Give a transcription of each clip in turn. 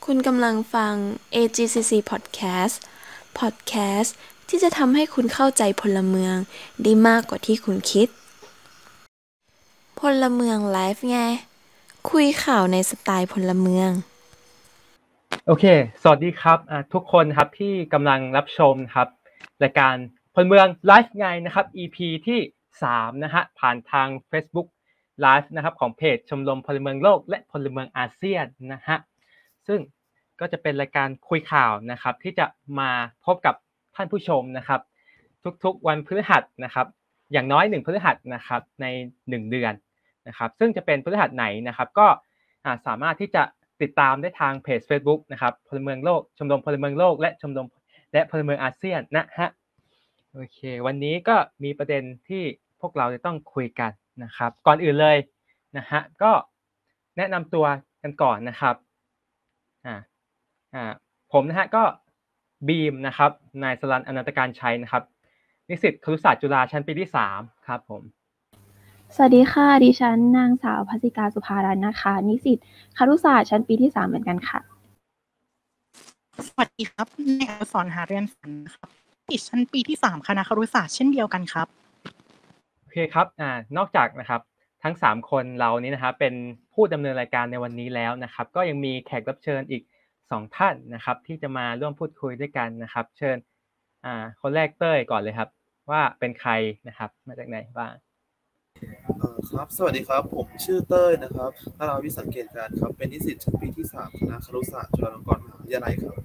คุณกำลังฟัง AGCC Podcast Podcast ที่จะทำให้คุณเข้าใจพลเมืองได้มากกว่าที่คุณคิดพลเมืองไลฟ์ไงคุยข่าวในสไตล์พลเมืองโอเคสวัสดีครับทุกคนครับที่กำลังรับชมครับรายการพลเมืองไลฟ์ไงนะครับ EP ที่3นะฮะผ่านทาง Facebook Live นะครับของเพจชมรมพลเมืองโลกและพลเมืองอาเซียนนะฮะซึ่งก็จะเป็นรายการคุยข่าวนะครับที่จะมาพบกับท่านผู้ชมนะครับทุกๆวันพฤหัสนะครับอย่างน้อย1พฤหัสนะครับใน1เดือนนะครับซึ่งจะเป็นพฤหัสไหนนะครับก็สามารถที่จะติดตามได้ทางเพจ Facebook นะครับพลเมืองโลกชมรมพลเมืองโลกและชมรมและพลเมืองอาเซียนนะฮะโอเควันนี้ก็มีประเด็นที่พวกเราจะต้องคุยกันนะครับก่อนอื่นเลยนะฮะก็แนะนำตัวกันก่อนนะครับอ่าผมนะฮะก็บีมนะครับนายสรัญอนันตการชัยนะครับนิสิตครุศาสตร์จุฬาชั้นปีที่3ครับผมสวัสดีค่ะดิฉันนางสาวภัสสิกาสุภารัตน์นะคะนิสิตครุศาสตร์ชั้นปีที่3เหมือนกันค่ะสวัสดีครับนายอนุสรณ์หาเรือนฝันครับติดชั้นปีที่3คณะครุศาสตร์เช่นเดียวกันครับโอเคครับนอกจากนะครับทั้ง3คนเรานี้นะครับเป็นผู้ดำเนินรายการในวันนี้แล้วนะครับก็ยังมีแขกรับเชิญอีก2ท่านนะครับที่จะมาร่วมพูดคุยด้วยกันนะครับเชิญคนแรกเต้ยก่อนเลยครับว่าเป็นใครนะครับมาจากไหนบ้างครับสวัสดีครับผมชื่อเต้ยนะครับนาราวิสังเกตการครับเป็นนิสิตชั้นปีที่3คณะครุศาสตร์จุฬาลงกรณ์มหาวิทยาลัยครับ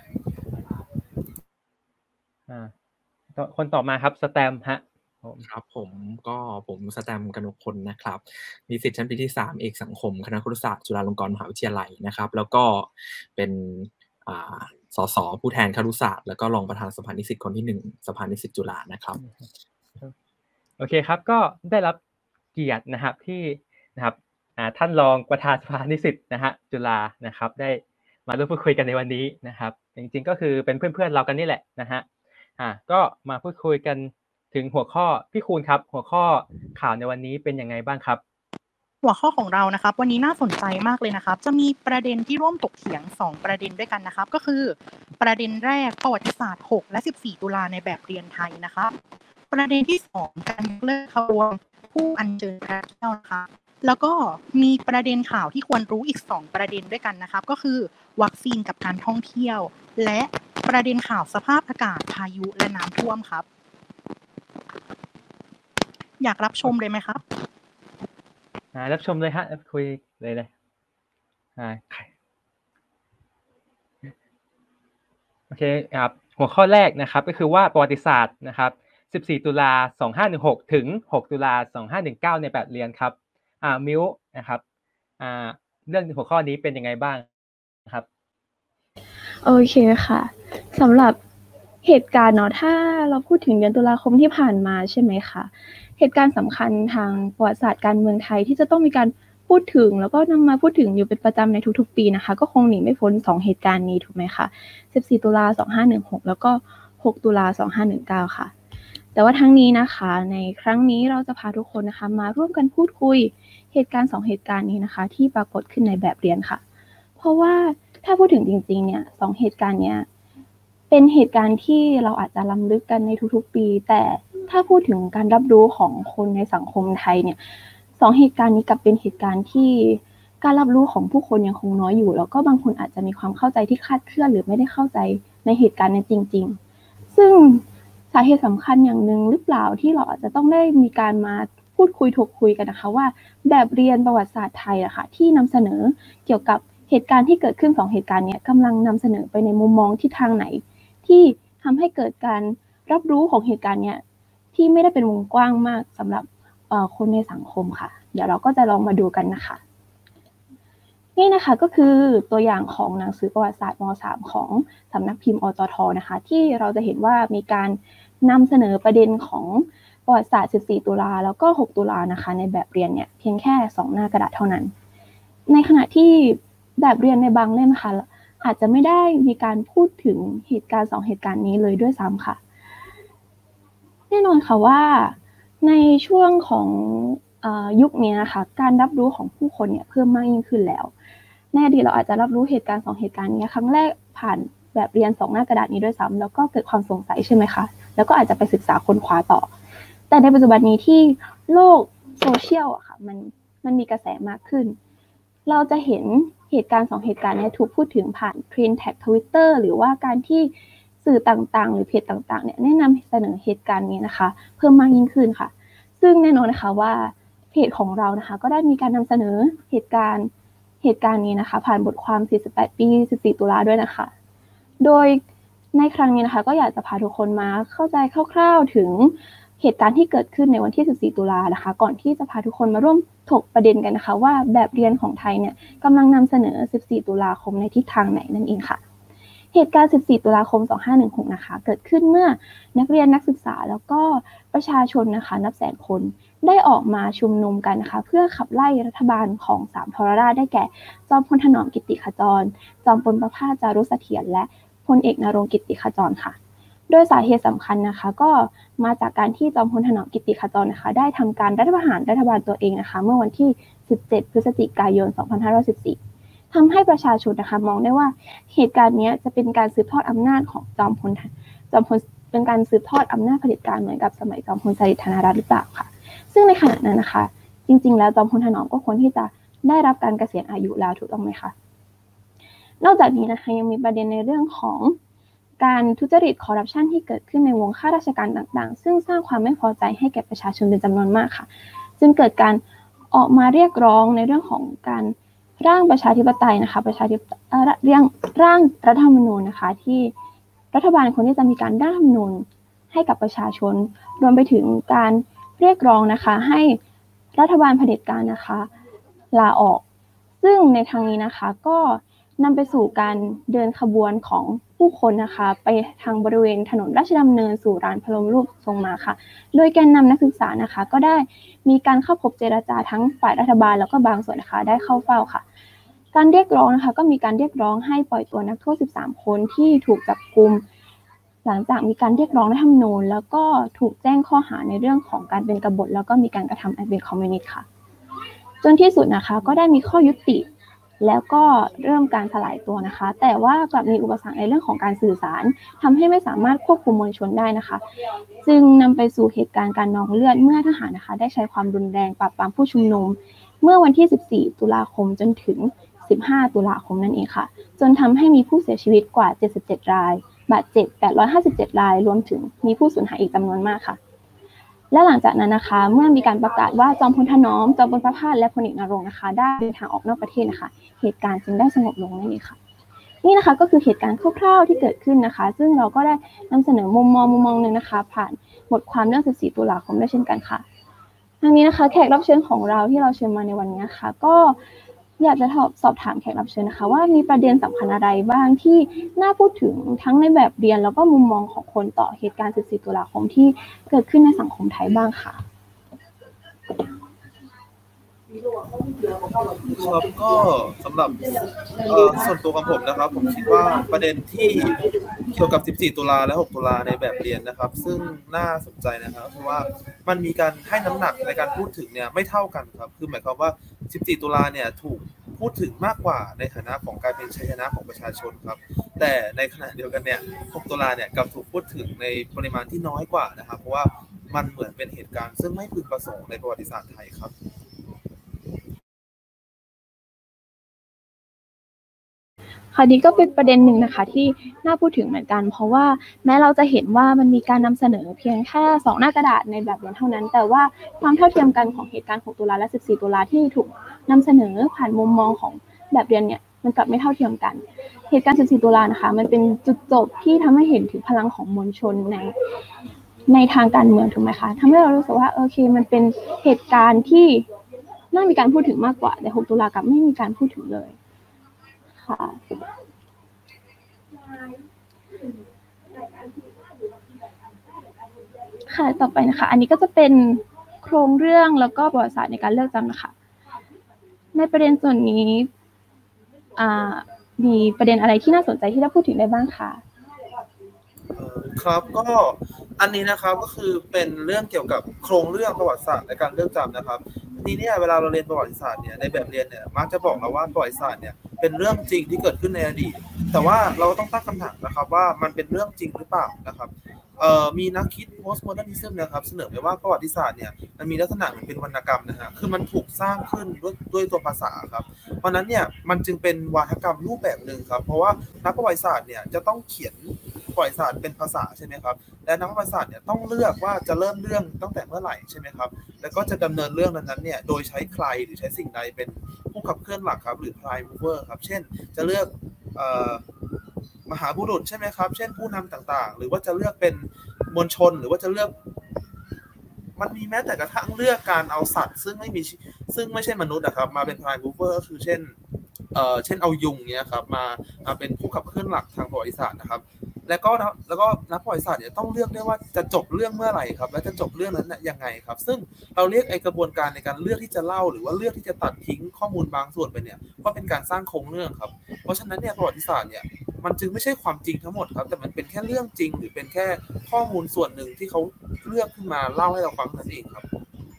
คนต่อมาครับสแตมป์ฮะครับผมสแตมป์กนกพลนะครับนิสิตชั้นปีที่3เอกสังคมคณะครุศาสตร์จุฬาลงกรณ์มหาวิทยาลัยนะครับแล้วก็เป็นสสผู้แทนครุศาสตร์แล้วก็รองประธานสภานิสิตคนที่1สภานิสิตจุฬานะครับโอเคครับก็ได้รับเกียรตินะครับที่นะครับท่านรองประธานสภานิสิตนะฮะจุฬานะครับได้มาร่วมพูดคุยกันในวันนี้นะครับจริงๆก็คือเป็นเพื่อนๆเรากันนี่แหละนะฮะก็มาพูดคุยกันถึงหัวข้อพี่คูณครับหัวข้อข่าวในวันนี้เป็นยังไงบ้างครับหัวข้อของเรานะครับวันนี้น่าสนใจมากเลยนะครับจะมีประเด็นที่ร่วมถกเถียง2ประเด็นด้วยกันนะครับก็คือประเด็นแรกประวัติศาสตร์6และ14ตุลาในแบบเรียนไทยนะครับประเด็นที่2การยกเลิกขบวนผู้อัญเชิญพระแก้วนะคะแล้วก็มีประเด็นข่าวที่ควรรู้อีก2ประเด็นด้วยกันนะครับก็คือวัคซีนกับการท่องเที่ยวและประเด็นข่าวสภาพอากาศพายุและน้ำท่วมครับอยากรับชมเลยไหมครับรับชมเลยฮะคุยเลยโอเคครับหัวข้อแรกนะครับก็คือว่าประวัติศาสตร์นะครับ14ตุลา2516ถึง6ตุลา2519ในแบบเรียนครับมิ้วนะครับเรื่องหัวข้อนี้เป็นยังไงบ้างครับโอเคค่ะสำหรับเหตุการณ์เนาะถ้าเราพูดถึงเดือนตุลาคมที่ผ่านมาใช่ไหมคะเหตุการณ์สำคัญทางประวัติศาสตร์การเมืองไทยที่จะต้องมีการพูดถึงแล้วก็นำมาพูดถึงอยู่เป็นประจำในทุกๆปีนะคะก็คงหนีไม่พ้น2เหตุการณ์นี้ถูกไหมคะ14ตุลา2516แล้วก็6ตุลา2519ค่ะแต่ว่าทั้งนี้นะคะในครั้งนี้เราจะพาทุกคนนะคะมาร่วมกันพูดคุยเหตุการณ์2เหตุการณ์นี้นะคะที่ปรากฏขึ้นในแบบเรียนค่ะเพราะว่าถ้าพูดถึงจริงๆเนี่ย2เหตุการณ์เนี้ยเป็นเหตุการณ์ที่เราอาจจะรำลึกกันในทุกๆปีแต่ถ้าพูดถึงการรับรู้ของคนในสังคมไทยเนี่ย2เหตุการณ์นี้กลับเป็นเหตุการณ์ที่การรับรู้ของผู้คนยังคงน้อยอยู่แล้วก็บางคนอาจจะมีความเข้าใจที่คลาดเคลื่อนหรือไม่ได้เข้าใจในเหตุการณ์นั้นจริงๆซึ่งสาเหตุสำคัญอย่างหนึ่งหรือเปล่าที่เราอาจจะต้องได้มีการมาพูดคุยถกคุยกันนะคะว่าแบบเรียนประวัติศาสตร์ไทยอะค่ะที่นำเสนอเกี่ยวกับเหตุการณ์ที่เกิดขึ้น2เหตุการณ์นี้กำลังนำเสนอไปในมุมมองทิศทางไหนที่ทำให้เกิดการรับรู้ของเหตุการณ์นี้ที่ไม่ได้เป็นวงกว้างมากสำหรับคนในสังคมค่ะเดี๋ยวเราก็จะลองมาดูกันนะคะนี่นะคะก็คือตัวอย่างของหนังสือประวัติศาสตร์ม.3 ของสำนักพิมพ์อตท.นะคะที่เราจะเห็นว่ามีการนำเสนอประเด็นของประวัติศาสตร์14ตุลาแล้วก็6ตุลานะคะในแบบเรียนเนี่ยเพียงแค่2หน้ากระดาษเท่านั้นในขณะที่แบบเรียนในบางเล่มค่ะอาจจะไม่ได้มีการพูดถึงเหตุการณ์2เหตุการณ์นี้เลยด้วยซ้ำค่ะแน่นอนค่ะว่าในช่วงของยุคนี้นะคะการรับรู้ของผู้คนเนี่ยเพิ่มมากยิ่งขึ้นแล้วในอดีตเราอาจจะรับรู้เหตุการณ์2เหตุการณ์นี้ครั้งแรกผ่านแบบเรียน2หน้ากระดาษนี้ด้วยซ้ำแล้วก็เกิดความสงสัยใช่ไหมคะแล้วก็อาจจะไปศึกษาค้นคว้าต่อแต่ในปัจจุบันนี้ที่โลกโซเชียลอะค่ะมันมีกระแสมากขึ้นเราจะเห็นเหตุการณ์2เหตุการณ์นี้ถูกพูดถึงผ่านเทรนด์แท็ก Twitter หรือว่าการที่สื่อต่างๆหรือเพจต่างๆเนี่ยแนะนำเสนอเหตุการณ์นี้นะคะเพิ่มมากยิ่งขึ้นค่ะซึ่งแน่นอนนะคะว่าเพจของเรานะคะก็ได้มีการนำเสนอเหตุการณ์นี้นะคะผ่านบทความ48ปี14ตุลาด้วยนะคะโดยในครั้งนี้นะคะก็อยากจะพาทุกคนมาเข้าใจคร่าวๆถึงเหตุการณ์ที่เกิดขึ้นในวันที่14ตุลานะคะก่อนที่จะพาทุกคนมาร่วมถกประเด็นกันนะคะว่าแบบเรียนของไทยเนี่ยกำลังนำเสนอ14ตุลาคมในทิศทางไหนนั่นเองค่ะเหตุการณ์14ตุลาคม2516นะคะเกิดขึ้นเมื่อนักเรียนนักศึกษาแล้วก็ประชาชนนะคะนับแสนคนได้ออกมาชุมนุมกันนะคะเพื่อขับไล่รัฐบาลของ3ทรราชได้แก่จอมพลถนอมกิตติขจรจอมพลประภาสจารุเสถียรและพลเอกนรงค์กิตติขจรค่ะโดยสาเหตุสำคัญนะคะก็มาจากการที่จอมพลถนอมกิตติขจรนะคะได้ทำการรัฐประหารรัฐบาลตัวเองนะคะเมื่อวันที่17พฤศจิกายน2514ทำให้ประชาชนนะคะมองได้ว่าเหตุการณ์นี้จะเป็นการสืบทอดอำนาจของจอมพลเป็นการสืบทอดอำนาจเผด็จการเหมือนกับสมัยจอมพลสฤษดิ์ธนรัตน์หรือเปล่าค่ะซึ่งในขณะนั้นนะคะจริงๆแล้วจอมพลถนอมก็ควรที่จะได้รับการเกษียณอายุแล้วถูกต้องไหมคะนอกจากนี้นะคะยังมีประเด็นในเรื่องของการทุจริตคอร์รัปชันที่เกิดขึ้นในวงข้าราชการต่างๆซึ่งสร้างความไม่พอใจให้แก่ประชาชนเป็นจำนวนมากค่ะจึงเกิดการออกมาเรียกร้องในเรื่องของการร่างประชาธิปไตยนะคะร่างรัฐธรรมนูญนะคะที่รัฐบาลควรที่จะมีการร่างรัฐธรรมนูญให้กับประชาชนรวมไปถึงการเรียกร้องนะคะให้รัฐบาลเผด็จการนะคะลาออกซึ่งในทางนี้นะคะก็นำไปสู่การเดินขบวนของผู้คนนะคะไปทางบริเวณถนนราชดำเนินสู่ลานพระบรมรูปทรงม้าค่ะโดยแกนนำนักศึกษานะคะก็ได้มีการเข้าพบเจรจาทั้งฝ่ายรัฐบาลแล้วก็บางส่วนนะคะได้เข้าเฝ้าค่ะการเรียกร้องนะคะก็มีการเรียกร้องให้ปล่อยตัวนักโทษ13คนที่ถูกจับกุมหลังจากมีการเรียกร้องรัฐธรรมนูญแล้วก็ถูกแจ้งข้อหาในเรื่องของการเป็นกบฏแล้วก็มีการกระทำอันเป็นคอมมิวนิสต์ค่ะจนที่สุดนะคะก็ได้มีข้อยุติแล้วก็เริ่มการสลายตัวนะคะแต่ว่ากลับมีอุปสรรคในเรื่องของการสื่อสารทำให้ไม่สามารถควบคุมมวลชนได้นะคะจึงนำไปสู่เหตุการณ์การนองเลือดเมื่อทหารนะคะได้ใช้ความรุนแรงปราบปรามผู้ชุมนุมเมื่อวันที่14ตุลาคมจนถึง15ตุลาคมนั่นเองค่ะจนทำให้มีผู้เสียชีวิตกว่า77รายบาดเจ็บ857รายรวมถึงมีผู้สูญหายอีกจำนวนมากค่ะและหลังจากนั้นนะคะเมื่อมีการประกาศว่าจอมพลถนอมจอมพลประภาสและพลเอกนรงค์นะคะได้เดินทางออกนอกประเทศนะคะเหตุการณ์จึงได้สงบลงนั่นเองค่ะนี่นะคะก็คือเหตุการณ์คร่าวๆที่เกิดขึ้นนะคะซึ่งเราก็ได้นำเสนอมุมมองนึงนะคะผ่านบทความเรื่อง14ตุลาคมด้วยเช่นกันค่ะทางนี้นะคะแขกรับเชิญของเราที่เราเชิญมาในวันนี้ค่ะก็อยากจะสอบถามแขกรับเชิญนะคะว่ามีประเด็นสำคัญอะไรบ้างที่น่าพูดถึงทั้งในแบบเรียนแล้วก็มุมมองของคนต่อเหตุการณ์14ตุลาคมที่เกิดขึ้นในสังคมไทยบ้างค่ะครับก็สำหรับส่วนตัวของผมนะครับผมคิดว่าประเด็นที่เกี่ยวกับ14ตุลาและ6ตุลาในแบบเรียนนะครับซึ่งน่าสนใจนะครับเพราะว่ามันมีการให้น้ำหนักในการพูดถึงเนี่ยไม่เท่ากันครับคือหมายความว่า14ตุลาเนี่ยถูกพูดถึงมากกว่าในฐานะของการเป็นชัยชนะของประชาชนครับแต่ในขณะเดียวกันเนี่ย6ตุลาเนี่ยกลับถูกพูดถึงในปริมาณที่น้อยกว่านะครับเพราะว่ามันเหมือนเป็นเหตุการณ์ซึ่งไม่พึงประสงค์ในประวัติศาสตร์ไทยครับค่ะนี่ก็เป็นประเด็นหนึ่งนะคะที่น่าพูดถึงเหมือนกันเพราะว่าแม้เราจะเห็นว่ามันมีการนำเสนอเพียงแค่2หน้ากระดาษในแบบเรียนเท่านั้นแต่ว่าความเท่าเทียมกันของเหตุการณ์6ตุลาและ14ตุลาที่ถูกนำเสนอผ่านมุมมองของแบบเรียนเนี่ยมันกลับไม่เท่าเทียมกันเหตุการณ์14ตุลานะคะมันเป็นจุดจบที่ทำให้เห็นถึงพลังของมวลชนในทางการเมืองถูกไหมคะทำให้เรารู้สึกว่าโอเคมันเป็นเหตุการณ์ที่น่ามีการพูดถึงมากกว่าแต่6ตุลากลับไม่มีการพูดถึงเลยค่ะค่ะต่อไปนะคะอันนี้ก็จะเป็นโครงเรื่องแล้วก็ประวัติศาสตร์ในการเลือกจำนะคะในประเด็นส่วนนี้มีประเด็นอะไรที่น่าสนใจที่ได้พูดถึงได้บ้างคะครับก็อันนี้นะครับก็คือเป็นเรื่องเกี่ยวกับโครงเรื่องประวัติศาสตร์ในการเลือกจำนะครับทีนี้เนี่ยเวลาเราเรียนประวัติศาสตร์เนี่ยในแบบเรียนเนี่ยมักจะบอกเราว่าประวัติศาสตร์เนี่ยเป็นเรื่องจริงที่เกิดขึ้นในอดีตแต่ว่าเราต้องตั้งคำถามนะครับว่ามันเป็นเรื่องจริงหรือเปล่านะครับมีนักคิด postmodernism นะครับเสนอไว้ว่าประวัติศาสตร์เนี่ยมันมีลักษณะเหมือนเป็นวรรณกรรมนะฮะคือมันถูกสร้างขึ้นด้วยตัวภาษาครับเพราะนั้นเนี่ยมันจึงเป็นวาทกรรมรูปแบบนึงครับเพราะว่านักประวัติศาสตร์เนี่ยจะต้องเขียนประวัติศาสตร์เป็นภาษาใช่ไหมครับและนักประวัติศาสตร์เนี่ยต้องเลือกว่าจะเริ่มเรื่องตั้งแต่เมื่อไหร่ใช่ไหมครับแล้วก็จะดำเนินเรื่องนั้นๆเนี่ยโดยใช้ใครหรือใช้สิ่งใดเป็นผู้ขับเคลื่อนหลักครับหรือ prime mover ครับเช่นจะเลือกมหาบุรุษใช่ไหมครับเช่นผู้นำต่างๆหรือว่าจะเลือกเป็นมวลชนหรือว่าจะเลือกมันมีแม้แต่กระทั่งเลือกการเอาสัตว์ซึ่งไม่ใช่มนุษย์นะครับมาเป็น prime mover ก็คือเช่นเอายุงเงี้ยครับมาเป็นผู้ขับเคลื่อนหลักทางประวัติศาสตร์นะครับแล้วก็นักประวัติศาสตร์เนี่ยต้องเลือกได้ว่าจะจบเรื่องเมื่อไหร่ครับและจะจบเรื่องนั้นยังไงครับซึ่งเราเรียกไอกระบวนการในการเลือกที่จะเล่าหรือว่าเลือกที่จะตัดทิ้งข้อมูลบางส่วนไปเนี่ยว่าเป็นการสร้างโครงเรื่องครับเพราะฉะนั้นเนี่ยประวัติศาสตร์เนี่ยมันจึงไม่ใช่ความจริงทั้งหมดครับแต่มันเป็นแค่เรื่องจริงหรือเป็นแค่ข้อมูลส่วนหนึ่งที่เขาเลือกขึ้นมาเล่าให้เราฟังนั่นเองครับ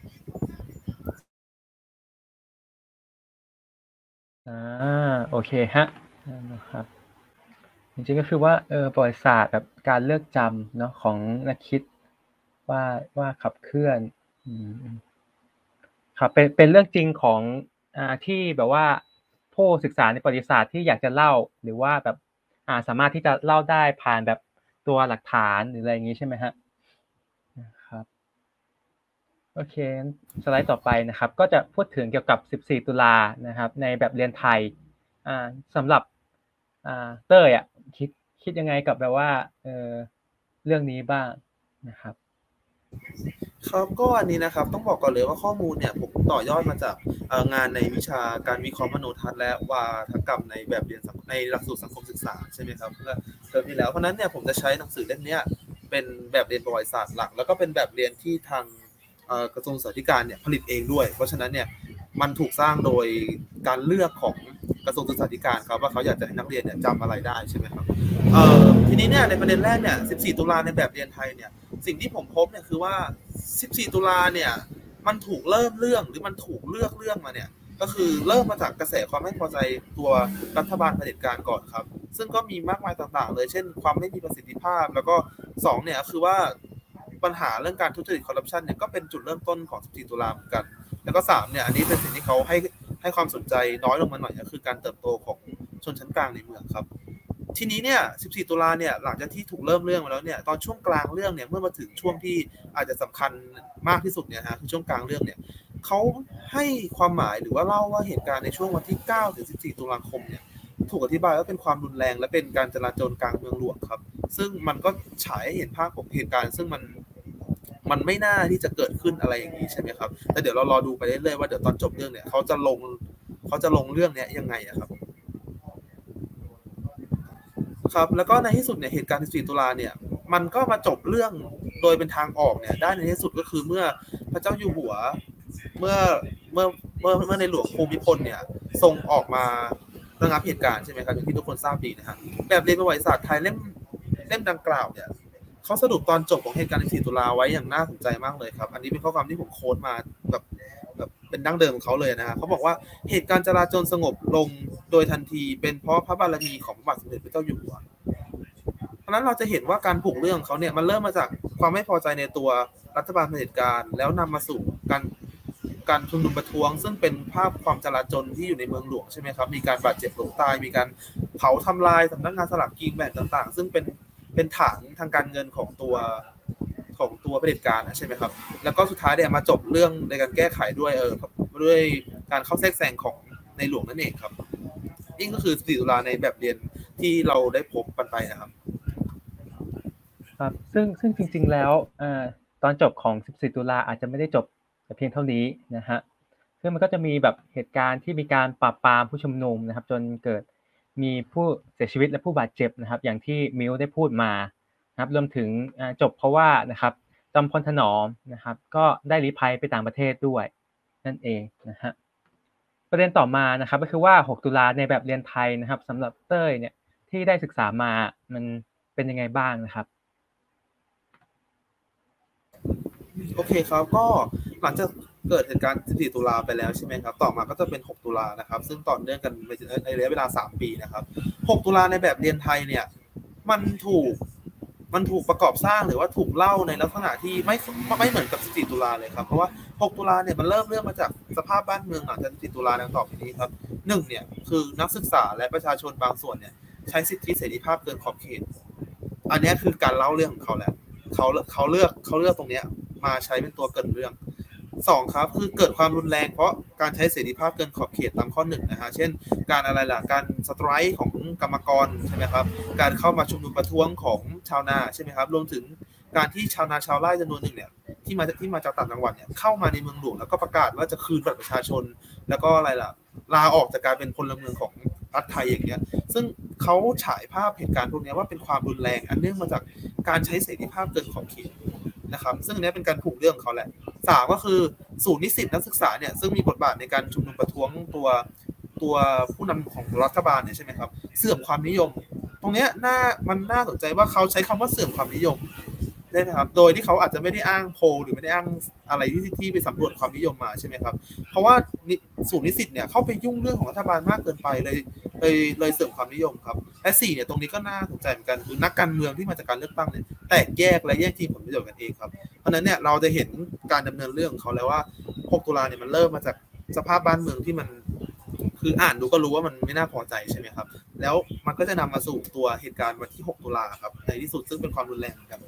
โอเคฮะนะครับจริงๆก็คือว่าประวัติศาสตร์แบบการเลือกจำเนาะของนักคิดว่าขับเคลื่อนครับเป็นเรื่องจริงของที่แบบว่าผู้ศึกษาในประวัติศาสตร์ที่อยากจะเล่าหรือว่าแบบสามารถที่จะเล่าได้ผ่านแบบตัวหลักฐานหรืออะไรอย่างนี้ใช่ไหมฮะนะครับโอเคสไลด์ต่อไปนะครับก็จะพูดถึงเกี่ยวกับ14ตุลานะครับในแบบเรียนไทยสำหรับเต้ยคิดยังไงกับแบบว่าเรื่องนี้บ้างนะครับครับก็อันนี้นะครับต้องบอกก่อนเลยว่าข้อมูลเนี่ยผมต่อยอดมาจากงานในวิชาการวิเคราะห์มโนทัศน์และวาทกรรมในแบบเรียนในหลักสูตรสังคมศึกษาใช่ไหมครับเมื่อเทอมที่แล้วเพราะนั้นเนี่ยผมจะใช้หนังสือเล่มนี้เป็นแบบเรียนประวัติศาสตร์หลักแล้วก็เป็นแบบเรียนที่ทางกระทรวงศึกษาธิการเนี่ยผลิตเองด้วยเพราะฉะนั้นเนี่ยมันถูกสร้างโดยการเลือกของกระทรวงศึกษาธิการครับว่าเขาอยากจะให้นักเรียนเนี่ยจำอะไรได้ใช่ไหมครับทีนี้เนี่ยในประเด็นแรกเนี่ย14ตุลาในแบบเรียนไทยเนี่ยสิ่งที่ผมพบเนี่ยคือว่า14ตุลาเนี่ยมันถูกเริ่มเรื่องหรือมันถูกเลือกเรื่องมาเนี่ยก็คือเริ่มมาจากกระแสความไม่พอใจตัวรัฐบาลเผด็จการก่อนครับซึ่งก็มีมากมายต่างๆเลยเช่นความไม่มีประสิทธิภาพแล้วก็2เนี่ยคือว่าปัญหาเรื่องการทุจริตคอร์รัปชันเนี่ยก็เป็นจุดเริ่มต้นของ14ตุลาเหมือนกันแล้วก็3เนี่ยอันนี้เป็นสิ่งที่เขาให้ความสนใจน้อยลงมาหน่อยก็คือการเติบโตของชนชั้นกลางในเมืองครับทีนี้เนี่ย14ตุลาเนี่ยหลังจากที่ถูกเริ่มเรื่องมาแล้วเนี่ยตอนช่วงกลางเรื่องเนี่ยเมื่อมาถึงช่วงที่อาจจะสำคัญมากที่สุดเนี่ยฮะคือช่วงกลางเรื่องเนี่ยเขาให้ความหมายหรือว่าเล่าว่าเหตุการณ์ในช่วงวันที่9ถึง14ตุลาคมเนี่ยถูกอธิบายว่าเป็นความรุนแรงและเป็นการจลาจลกลางเมืองหลวงครับซึ่งมันก็ฉายให้เห็นภาพของเหตุการณ์ซึ่งมันไม่น่าที่จะเกิดขึ้นอะไรอย่างนี้ใช่ไหมครับแต่เดี๋ยวเรารอดูไปเรื่อยๆว่าเดี๋ยวตอนจบเรื่องเนี่ยเขาจะลงเรื่องนี้ยังไงครับครับแล้วก็ในที่สุดเนี่ยเหตุการณ์14ตุลาเนี่ยมันก็มาจบเรื่องโดยเป็นทางออกเนี่ยได้ในที่สุดก็คือเมื่อพระเจ้าอยู่หัวเมื่อในหลวงภูมิพลเนี่ยทรงออกมาระงับเหตุการณ์ใช่ไหมครับอย่างที่ทุกคนทราบดีนะฮะแบบเรียนประวัติศาสตร์ไทยเล่มดังกล่าวเนี่ยเขาสรุปตอนจบของเหตุการณ์14ตุลาไว้อย่างน่าสนใจมากเลยครับอันนี้เป็นข้อความที่ผมโค้ดมาแบบเป็นดั้งเดิมของเขาเลยนะฮะเขาบอกว่าเหตุการณ์จราจรสงบลงโดยทันทีเป็นเพราะพระบารมีของพระบาทสมเด็จพระเจ้าอยู่หัวเพราะนั้นเราจะเห็นว่าการผูกเรื่องของเขาเนี่ยมันเริ่มมาจากความไม่พอใจในตัวรัฐบาลเผด็จการแล้วนำมาสู่การชุมนุมประท้วงซึ่งเป็นภาพความจลาจลที่อยู่ในเมืองหลวงใช่ไหมครับมีการบาดเจ็บล้มตายมีการเผาทำลายสำนักงานสลากกินแบ่งต่างๆซึ่งเป็นฐานทางการเงินของตัวเผด็จการใช่ไหมครับแล้วก็สุดท้ายเนี่ยมาจบเรื่องในการแก้ไขด้วยการเข้าแทรกแซงของในหลวงนั่นเองครับนี่ก็คือ14ตุลาในแบบเรียนที่เราได้พบกันไปนะครับครับซึ่งจริงๆแล้วตอนจบของ14ตุลาอาจจะไม่ได้จบแต่เพียงเท่านี้นะฮะซึ่งมันก็จะมีแบบเหตุการณ์ที่มีการปราบปรามผู้ชุมนุมนะครับจนเกิดมีผู้เสียชีวิตและผู้บาดเจ็บนะครับอย่างที่มิวได้พูดมานะครับรวมถึงจบเพราะว่านะครับจอมพลถนอมนะครับก็ได้ลี้ภัยไปต่างประเทศด้วยนั่นเองนะฮะประเด็นต่อมานะครับก็คือว่า6ตุลาในแบบเรียนไทยนะครับสำหรับเต้ยเนี่ยที่ได้ศึกษามามันเป็นยังไงบ้างนะครับโอเคครับก็หลังจากเกิดเหตุการณ์14ตุลาไปแล้วใช่ไหมครับต่อมาก็จะเป็น6ตุลานะครับซึ่งต่อเนื่องกันในระยะเวลา3ปีนะครับ6ตุลาในแบบเรียนไทยเนี่ยมันถูกประกอบสร้างหรือว่าถูกเล่าในลักษณะที่ไม่เหมือนกับ14ตุลาเลยครับเพราะว่า6ตุลาเนี่ยมันเริ่มมาจากสภาพบ้านเมืองหลังจาก14ตุลาดังต่อไปนี้ครับ1เนี่ยคือนักศึกษาและประชาชนบางส่วนเนี่ยใช้สิทธิเสรีภาพเกินขอบเขตอันนี้คือการเล่าเรื่องของเขาแล้วเขาเลือกตรงเนี้ยมาใช้เป็นตัวเกิดเรื่อง2ครับคือเกิดความรุนแรงเพราะการใช้เสรีภาพเกินขอบเขตตามข้อ1นะฮะเช่นการการสไตรค์ของกรรมกรใช่ไหมครับการเข้ามาชุมนุมประท้วงของชาวนาใช่ไหมครับรวมถึงการที่ชาวนาชาวไร่จำนวนหนึ่งเนี่ยที่มาจากต่างจังหวัดเนี่ยเข้ามาในเมืองหลวงแล้วก็ประกาศว่าจะคืนบัตรประชาชนแล้วก็ลาออกจากการเป็นพลเมืองของรัฐไทยอย่างเงี้ยซึ่งเขาฉายภาพเหตุการณ์พวกนี้ว่าเป็นความรุนแรงอันเนื่องมาจากการใช้เสรีภาพเกินขอบเขตนะครับซึ่งอันนี้เป็นการผูกเรื่องของเขาแหละ3ก็คือศูนย์นิสิตนักศึกษาเนี่ยซึ่งมีบทบาทในการชุมนุมประท้วงตัวผู้นำของรัฐบาลเนี่ยใช่ไหมครับเสื่อมความนิยมตรงเนี้ยมันน่าสนใจว่าเขาใช้คำว่าเสื่อมความนิยมได้ไหมครับโดยที่เขาอาจจะไม่ได้อ้างโพลหรือไม่ได้อ้างอะไรที่ไปสำรวจความนิยมมาใช่ไหมครับเพราะว่าศูนย์นิสิตเนี่ยเข้าไปยุ่งเรื่องของรัฐบาลมากเกินไปเลยเสื่อมความนิยมครับและ4เนี่ยตรงนี้ก็น่าสนใจเหมือนกันคือนักการเมืองที่มาจากการเลือกตั้งเนี่ยแตกแยกและแย่งชิงผลประโยชน์กันเองครับเพราะนั้นเนี่ยเราจะเห็นการดำเนินเรื่องของเขาแล้วว่า6ตุลาเนี่ยมันเริ่มมาจากสภาพบ้านเมืองที่มันคืออ่านดูก็รู้ว่ามันไม่น่าพอใจใช่ไหมครับแล้วมันก็จะนำมาสู่ตัวเหตุการณ์วันที่6ตุลาครับในที่สุดซึ่งเป็นความรุนแรงครับ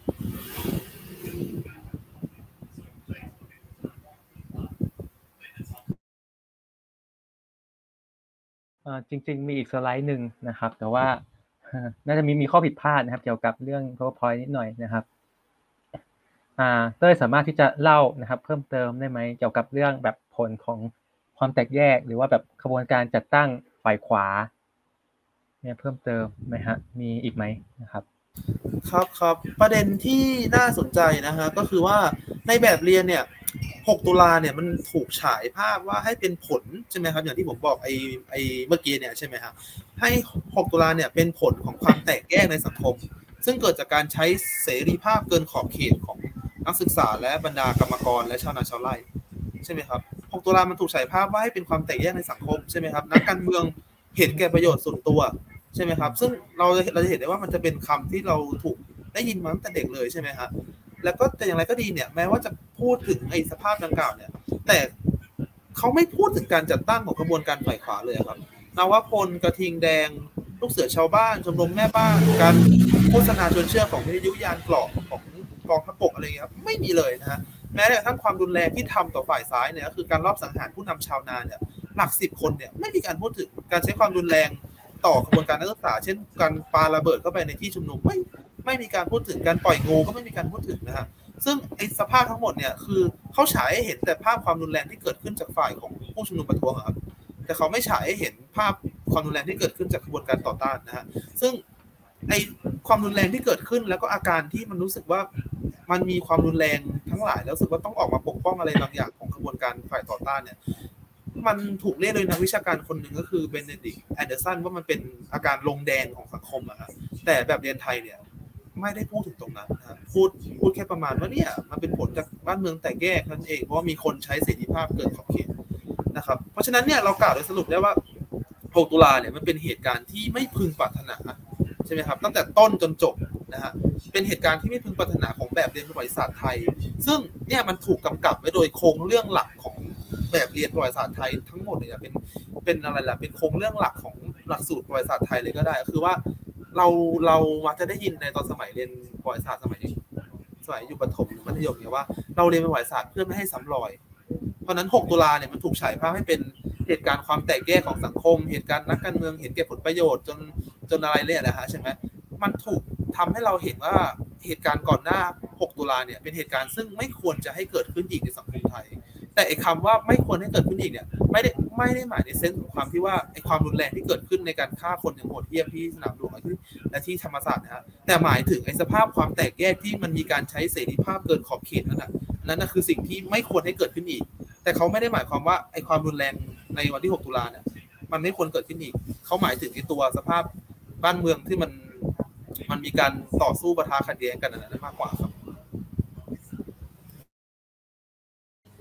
จริงๆมีอีกสไลด์หนึ่งนะครับแต่ว่าน่าจะมีข้อผิดพลาดนะครับเกี่ยวกับเรื่อง PowerPoint นิดหน่อยนะครับเต้ยสามารถที่จะเล่านะครับเพิ่มเติมได้ไหมเกี่ยวกับเรื่องแบบผลของความแตกแยกหรือว่าแบบกระบวนการจัดตั้งฝ่ายขวาเนี่ยเพิ่มเติมไหมฮะมีอีกไหมนะครับครับประเด็นที่น่าสนใจนะฮะก็คือว่าในแบบเรียนเนี่ย6ตุลาเนี่ยมันถูกฉายภาพว่าให้เป็นผลใช่ไหมครับอย่างที่ผมบอกไอ้เมื่อกี้เนี่ยใช่ไหมครับให้6ตุลาเนี่ยเป็นผลของความแตกแยกในสังคมซึ่งเกิดจากการใช้เสรีภาพเกินขอบเขตของนักศึกษาและบรรดากรรมกรและชาวนาชาวไร่ใช่ไหมครับ6ตุลามันถูกฉายภาพว่าให้เป็นความแตกแยกในสังคมใช่ไหมครับนักการเมืองเห็นแก่ประโยชน์ส่วนตัวใช่ไหมครับซึ่งเราจะเห็นได้ว่ามันจะเป็นคำที่เราถูกได้ยินมาตั้งแต่เด็กเลยใช่ไหมครับแล้วก็แต่อย่างไรก็ดีเนี่ยแม้ว่าจะพูดถึงไอ้สภาพดังกล่าวเนี่ยแต่เขาไม่พูดถึงการจัดตั้งของกระบวนการฝ่ายขวาเลยครับนวพลกระทิงแดงลูกเสือชาวบ้านชมรมแม่บ้านการโฆษณาชวนเชื่อของวิทยุยานเกราะของกองทัพบกอะไรเงี้ยไม่มีเลยนะฮะแม้แต่ทั้งความรุนแรงที่ทำต่อฝ่ายซ้ายเนี่ยก็คือการลอบสังหารผู้นำชาวนาเนี่ยหลัก10 คนเนี่ยไม่มีการพูดถึงการใช้ความรุนแรงต่อกระบวนการนักศึกษาเช่นการปาระเบิดเข้าไปในที่ชุมนุมไม่มีการพูดถึงการปล่อยงูก็ไม่มีการพูดถึงนะฮะซึ่งไอ้สภาพทั้งหมดเนี่ยคือเขาฉายให้เห็นแต่ภาพความรุนแรงที่เกิดขึ้นจากฝ่ายของผู้ชุมนุมประท้วงครับแต่เขาไม่ฉายให้เห็นภาพความรุนแรงที่เกิดขึ้นจากกระบวนการต่อต้านนะฮะซึ่งไอ้ความรุนแรงที่เกิดขึ้นแล้วก็อาการที่มันรู้สึกว่ามันมีความรุนแรงทั้งหลายแล้วรู้สึกว่าต้องออกมาปกป้องอะไรบางอย่างของกระบวนการฝ่ายต่อต้านเนี่ยมันถูกเรียกโดยนักวิชาการคนหนึ่งก็คือเบเนดิกต์แอนเดอร์สันว่ามันเป็นอาการลงแดงของสังคมอะครับแต่แบบเรียนไทยเนี่ยไม่ได้พูดถึงตรงนั้นนะพูดแค่ประมาณว่าเนี่ยมันเป็นผลจากบ้านเมืองแตกแยกนั่นเองเพราะว่ามีคนใช้เสรีภาพเกินขอบเขตนะครับเพราะฉะนั้นเนี่ยเรากล่าวโดยสรุปได้ว่า6ตุลาเนี่ยมันเป็นเหตุการณ์ที่ไม่พึงปรารถนาใช่ไหมครับตั้งแต่ต้นจนจบนะฮะเป็นเหตุการณ์ที่ไม่พึงปรารถนาของแบบเรียนประวัติศาสตร์ไทยซึ่งเนี่ยมันถูกกำกับไว้โดยโครงเรื่องหลักของแบบเรียนประวัติศาสตร์ไทยทั้งหมดเนี่ยเป็นอะไรล่ะเป็นโครงเรื่องหลักของหลักสูตรประวัติศาสตร์ไทยเลยก็ได้ก็คือว่าเรามักจะได้ยินในตอนสมัยเรียนประวัติศาสตร์สมัยอยู่ประถมหรือมัธยมเนี่ยว่าเราเรียนประวัติศาสตร์เพื่อไม่ให้ซ้ำรอยเพราะนั้น6ตุลาเนี่ยมันถูกฉายภาพให้เป็นเหตุการณ์ความแตกแยกของสังคมเหตุการณ์นักการเมืองเห็นแก่ผลประโยชน์จนอะไรเนี่ยนะฮะใช่ไหมมันถูกทำให้เราเห็นว่าเหตุการณ์ก่อนหน้า6ตุลาเนี่ยเป็นเหตุการณ์ซึ่งไม่ควรจะให้เกิดขึ้นอีกในสังคมไทยแต่ไอ้คำว่าไม่ควรให้เกิดขึ้นอีกเนี่ยไม่ได้หมายในเซนส์ของความที่ว่าไอ้ความรุนแรงที่เกิดขึ้นในการฆ่าคนอย่างโหดเหี้ยมที่สนามหลวงและที่ธรรมศาสตร์นะฮะแต่หมายถึงไอ้สภาพความแตกแยกที่มันมีการใช้เสรีภาพเกินขอบเขตนั่นคือสิ่งที่ไม่ควรให้เกิดขึ้นอีกแต่เขาไม่ได้หมายความว่าไอ้ความรุนแรงในวันที่6ตุลาเนี่ยมันไม่ควรเกิดขึ้นอีกเขาหมายถึงไอ้ตัวสภาพบ้านเมืองที่มันมีการต่อสู้ปะทะขัดแย้งกันนั่นมากกว่าครับ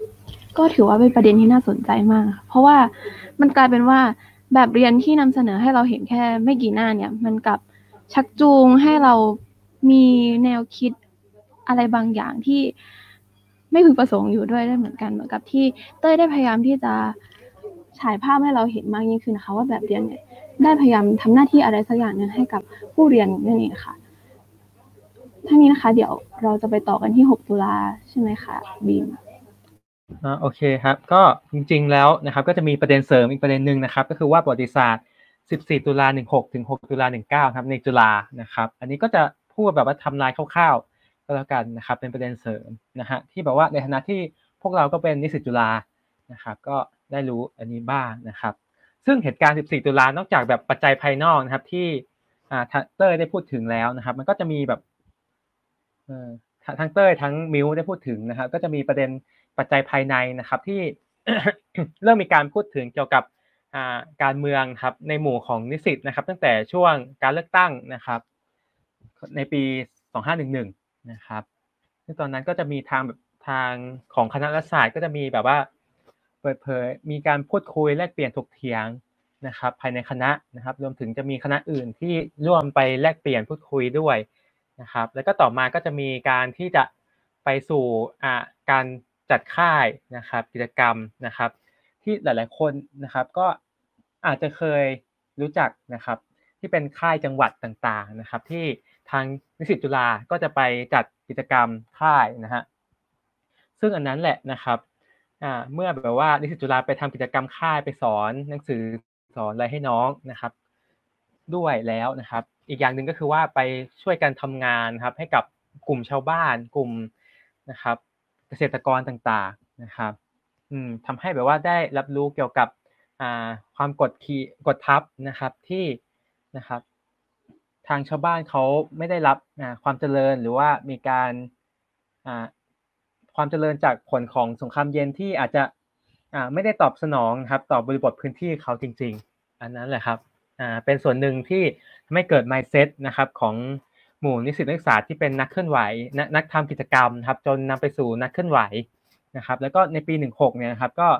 ก็ถือว่าเป็นประเด็นที่น่าสนใจมากค่ะเพราะว่ามันกลายเป็นว่าแบบเรียนที่นำเสนอให้เราเห็นแค่ไม่กี่หน้าเนี่ยมันกลับชักจูงให้เรามีแนวคิดอะไรบางอย่างที่ไม่พึงประสงค์อยู่ด้วยได้เหมือนกันเหมือนกับที่เต้ยได้พยายามที่จะฉายภาพให้เราเห็นมากยิ่งขึ้นนะคะว่าแบบเรียนเนี่ยได้พยายามทำหน้าที่อะไรสักอย่างนึงให้กับผู้เรียนนั่นเองค่ะทั้งนี้นะคะเดี๋ยวเราจะไปต่อกันที่6ตุลาใช่ไหมคะบีมโอเคครับก็จริงๆแล้วนะครับก็จะมีประเด็นเสริมอีกประเด็นหนึ่งนะครับก็คือว่าประวัติศาสตร์14ตุลา16ถึง6ตุลา19ครับในจุฬานะครับอันนี้ก็จะพูดแบบว่าทำลายคร่าวๆก็แล้วกันนะครับเป็นประเด็นเสริมนะฮะที่แบบว่าในฐานะที่พวกเราก็เป็นนิสิตจุฬานะครับก็ได้รู้อันนี้บ้างนะครับซึ่งเหตุการณ์14ตุลานอกจากแบบปัจจัยภายนอกนะครับที่เตอร์ได้พูดถึงแล้วนะครับมันก็จะมีแบบทั้งเต้ยทั้งมิวได้พูดถึงนะครับก็จะมีประเด็นปัจจัยภายในนะครับที่ เริ่มมีการพูดถึงเกี่ยวกับการเมืองครับในหมู่ของนิสิตนะครับตั้งแต่ช่วงการเลือกตั้งนะครับในปี2511นะครับซึ่งตอนนั้นก็จะมีทางของคณะรัฐศาสตร์ก็จะมีแบบว่าเปิดเผยมีการพูดคุยแลกเปลี่ยนถกเถียงนะครับภายในคณะนะครับรวมถึงจะมีคณะอื่นที่ร่วมไปแลกเปลี่ยนพูดคุยด้วยนะครับแล้วก็ต่อมาก็จะมีการที่จะไปสู่การจัดค่ายนะครับกิจกรรมนะครับที่หลายๆคนนะครับก็อาจจะเคยรู้จักนะครับที่เป็นค่ายจังหวัดต่างๆนะครับที่ทางนิสิตจุฬาก็จะไปจัดกิจกรรมค่ายนะฮะซึ่งอันนั้นแหละนะครับเมื่อแบบว่านิสิตจุฬาไปทำกิจกรรมค่ายไปสอนหนังสือสอนอะไรให้น้องนะครับด้วยแล้วนะครับอีกอย่างหนึ่งก็คือว่าไปช่วยกันทำงานครับให้กับกลุ่มชาวบ้านกลุ่มนะครับเกษตรกรต่างๆนะครับทำให้แบบว่าได้รับรู้เกี่ยวกับความกดทับนะครับที่นะครับทางชาวบ้านเขาไม่ได้รับความเจริญหรือว่ามีการความเจริญจากผลของสงครามเย็นที่อาจจะไม่ได้ตอบสนองครับต่อบริบทพื้นที่เขาจริงๆอันนั้นแหละครับเป็นส่วนหนึ่งที่ทำให้เกิด mindset นะครับของหมู่นิสิตนักศึกษาที่เป็นนักเคลื่อนไหวนักทำกิจกรรมครับจนนำไปสู่นักเคลื่อนไหวนะครับแล้วก็ในปี16เนี่ยนะครับก็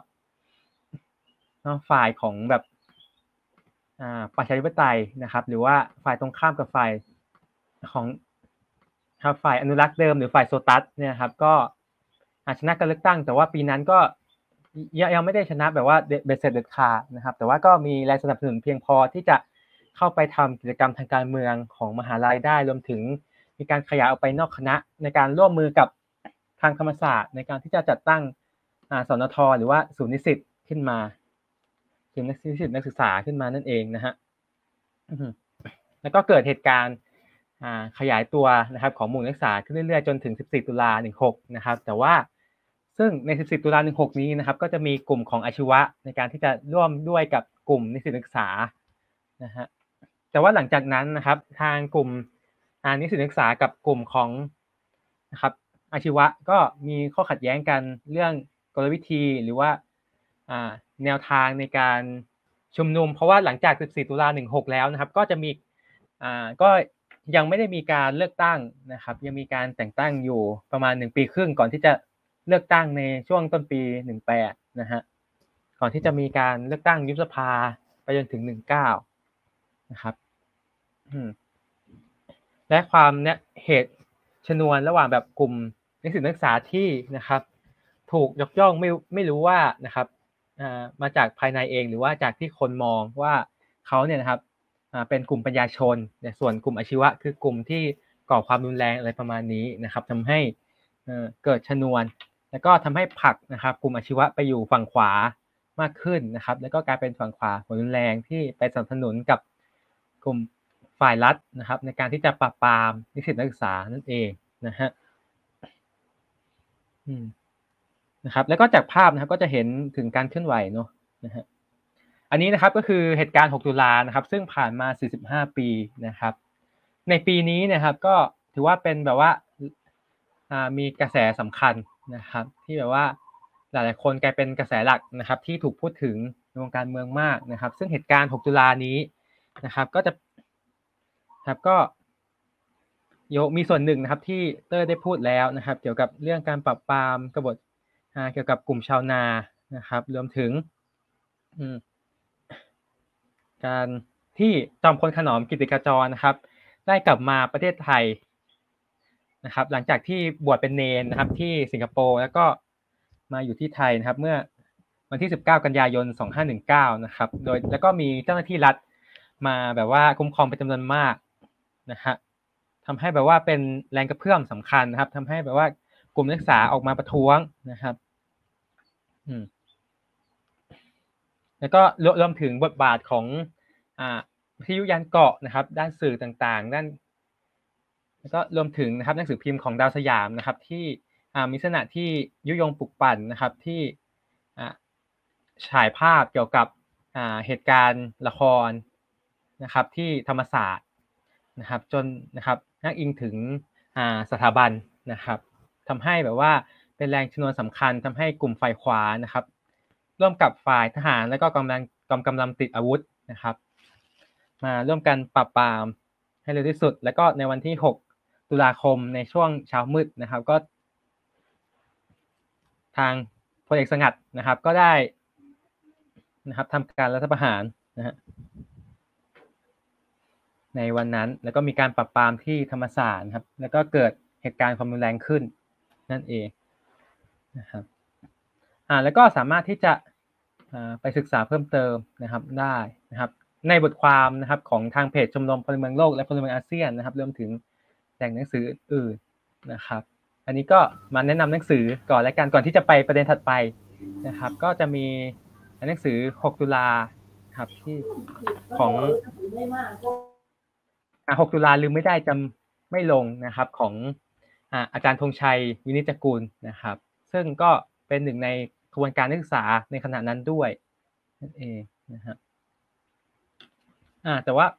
ฝ่ายของแบบประชาธิปไตยนะครับหรือว่าฝ่ายตรงข้ามกับฝ่ายของครับฝ่ายอนุรักษ์เดิมหรือฝ่ายโซตัสเนี่ยครับก็ชนะการเลือกตั้งแต่ว่าปีนั้นก็ยังไม่ได้ชนะแบบว่าเบ็ดเสร็จเด็ดขาดนะครับแต่ว่าก็มีแรงสนับสนุนเพียงพอที่จะเข้าไปทำกิจกรรมทางการเมืองของมหาลัยได้รวมถึงมีการขยายออกไปนอกคณะในการร่วมมือกับทางธรรมศาสตร์ในการที่จะจัดตั้งสนทหรือว่าศูนย์นิสิตขึ้นมาศูนย์นิสิตนักศึกษาขึ้นมานั่นเองนะฮะแล้วก็เกิดเหตุการณ์ขยายตัวนะครับของหมู่นักศึกษาขึ้นเรื่อยๆจนถึง14ตุลา16นะครับแต่ว่าซึ่งใน14ตุลา16นี้นะครับก็จะมีกลุ่มของอาชีวะในการที่จะร่วมด้วยกับกลุ่มนิสิตนักศึกษานะฮะแต่ว่าหลังจากนั้นนะครับทางกลุ่มนิสิตนักศึกษากับกลุ่มของนะครับอาชีวะก็มีข้อขัดแย้งกันเรื่องกลวิธีหรือว่าแนวทางในการชุมนุมเพราะว่าหลังจาก14ตุลา16แล้วนะครับก็จะมีก็ยังไม่ได้มีการเลือกตั้งนะครับยังมีการแต่งตั้งอยู่ประมาณ1ปีครึ่งก่อนที่จะเลือกตั้งในช่วงต้นปี18นะฮะก่อนที่จะมีการเลือกตั้งยุบสภาไปจนถึง19นะครับและความเนี่ยเหตุชนวนระหว่างแบบกลุ่มนิสิตนักศึกษาที่นะครับถูกยกย่องไม่รู้ว่านะครับมาจากภายในเองหรือว่าจากที่คนมองว่าเขาเนี่ยนะครับเป็นกลุ่มปัญญาชนแต่ส่วนกลุ่มอาชีวะคือกลุ่มที่ก่อความรุนแรงอะไรประมาณนี้นะครับทำให้เกิดชนวนแล้วก็ทำให้ผลักนะครับกลุ่มอาชีวะไปอยู่ฝั่งขวามากขึ้นนะครับแล้วก็กลายเป็นฝั่งขวาหัวรุนแรงที่ไปสนับสนุนกับกลุ่มฝ่ายรัฐนะครับในการที่จะปราบปรามนิสิตนักศึกษานั่นเองนะฮะนะครับแล้วก็จากภาพนะครับก็จะเห็นถึงการเคลื่อนไหวเนาะนะฮะอันนี้นะครับก็คือเหตุการณ์6ตุลานะครับซึ่งผ่านมา45ปีนะครับในปีนี้นะครับก็ถือว่าเป็นแบบว่ามีกระแสสำคัญนะครับที่แบบว่าหลายๆคนกลายเป็นกระแสหลักนะครับที่ถูกพูดถึงในวงการเมืองมากนะครับซึ่งเหตุการณ์6ตุลานี้นะครับก็จะครับก็มีส่วนหนึ่งนะครับที่เตอร์ได้พูดแล้วนะครับเกี่ยวกับเรื่องการปราบปรามกบฏเกี่ยวกับกลุ่มชาวนานะครับรวมถึงการที่จอมพลถนอมกิตติขจรนะครับได้กลับมาประเทศไทยนะครับหลังจากที่บวชเป็นเณรนะครับที่สิงคโปร์แล้วก็มาอยู่ที่ไทยนะครับเมื่อวันที่19กันยายน2519นะครับโดยแล้วก็มีเจ้าหน้าที่รัฐมาแบบว่าคุ้มครองเป็นจำนวนมากนะฮะทำให้แบบว่าเป็นแรงกระเพื่อมสำคัญนะครับทำให้แบบว่ากลุ่มนักศึกษาออกมาประท้วงนะครับแล้วก็รวมถึงบทบาทของวิทยุยานเกาะนะครับด้านสื่อต่างๆด้านแล้วก็รวมถึงนะครับหนังสือพิมพ์ของดาวสยามนะครับที่มีลักษณะที่ยุยงปลุกปั่นนะครับที่ฉายภาพเกี่ยวกับเหตุการณ์ละครนะครับที่ธรรมศาสตร์นะครับจนนะครับอ้างอิงถึงสถาบันนะครับทำให้แบบว่าเป็นแรงชนวนสำคัญทำให้กลุ่มฝ่ายขวานะครับร่วมกับฝ่ายทหารและก็กำลังติดอาวุธนะครับมาร่วมกันปราบปรามให้เร็วที่สุดแล้วก็ในวันที่6ตุลาคมในช่วงเช้ามืดนะครับก็ทางพลเอกสงัดนะครับก็ได้นะครับทำการรัฐประหารนะฮะในวันนั้นแล้วก็มีการปราบปรามที่ธรรมศาสตร์ครับแล้วก็เกิดเหตุการณ์ความรุนแรงขึ้นนั่นเองนะครับแล้วก็สามารถที่จะไปศึกษาเพิ่มเติมนะครับได้นะครับในบทความนะครับของทางเพจชมรมพลเมืองโลกและพลเมืองอาเซียนนะครับรวมถึงแหล่งหนังสืออื่นนะครับอันนี้ก็มาแนะนำหนังสือก่อนและกันก่อนที่จะไปประเด็นถัดไปนะครับก็จะมีหนังสือ6ตุลาครับที่ของ6ตุลาลืมไม่ได้จำไม่ลงนะครับของอาจารย์ธงชัยวินิจกูลนะครับซึ่งก็เป็นหนึ่งในกระบวนการนักศึกษาในขณะนั้นด้วยนั่นเองนะครับแต่ว่า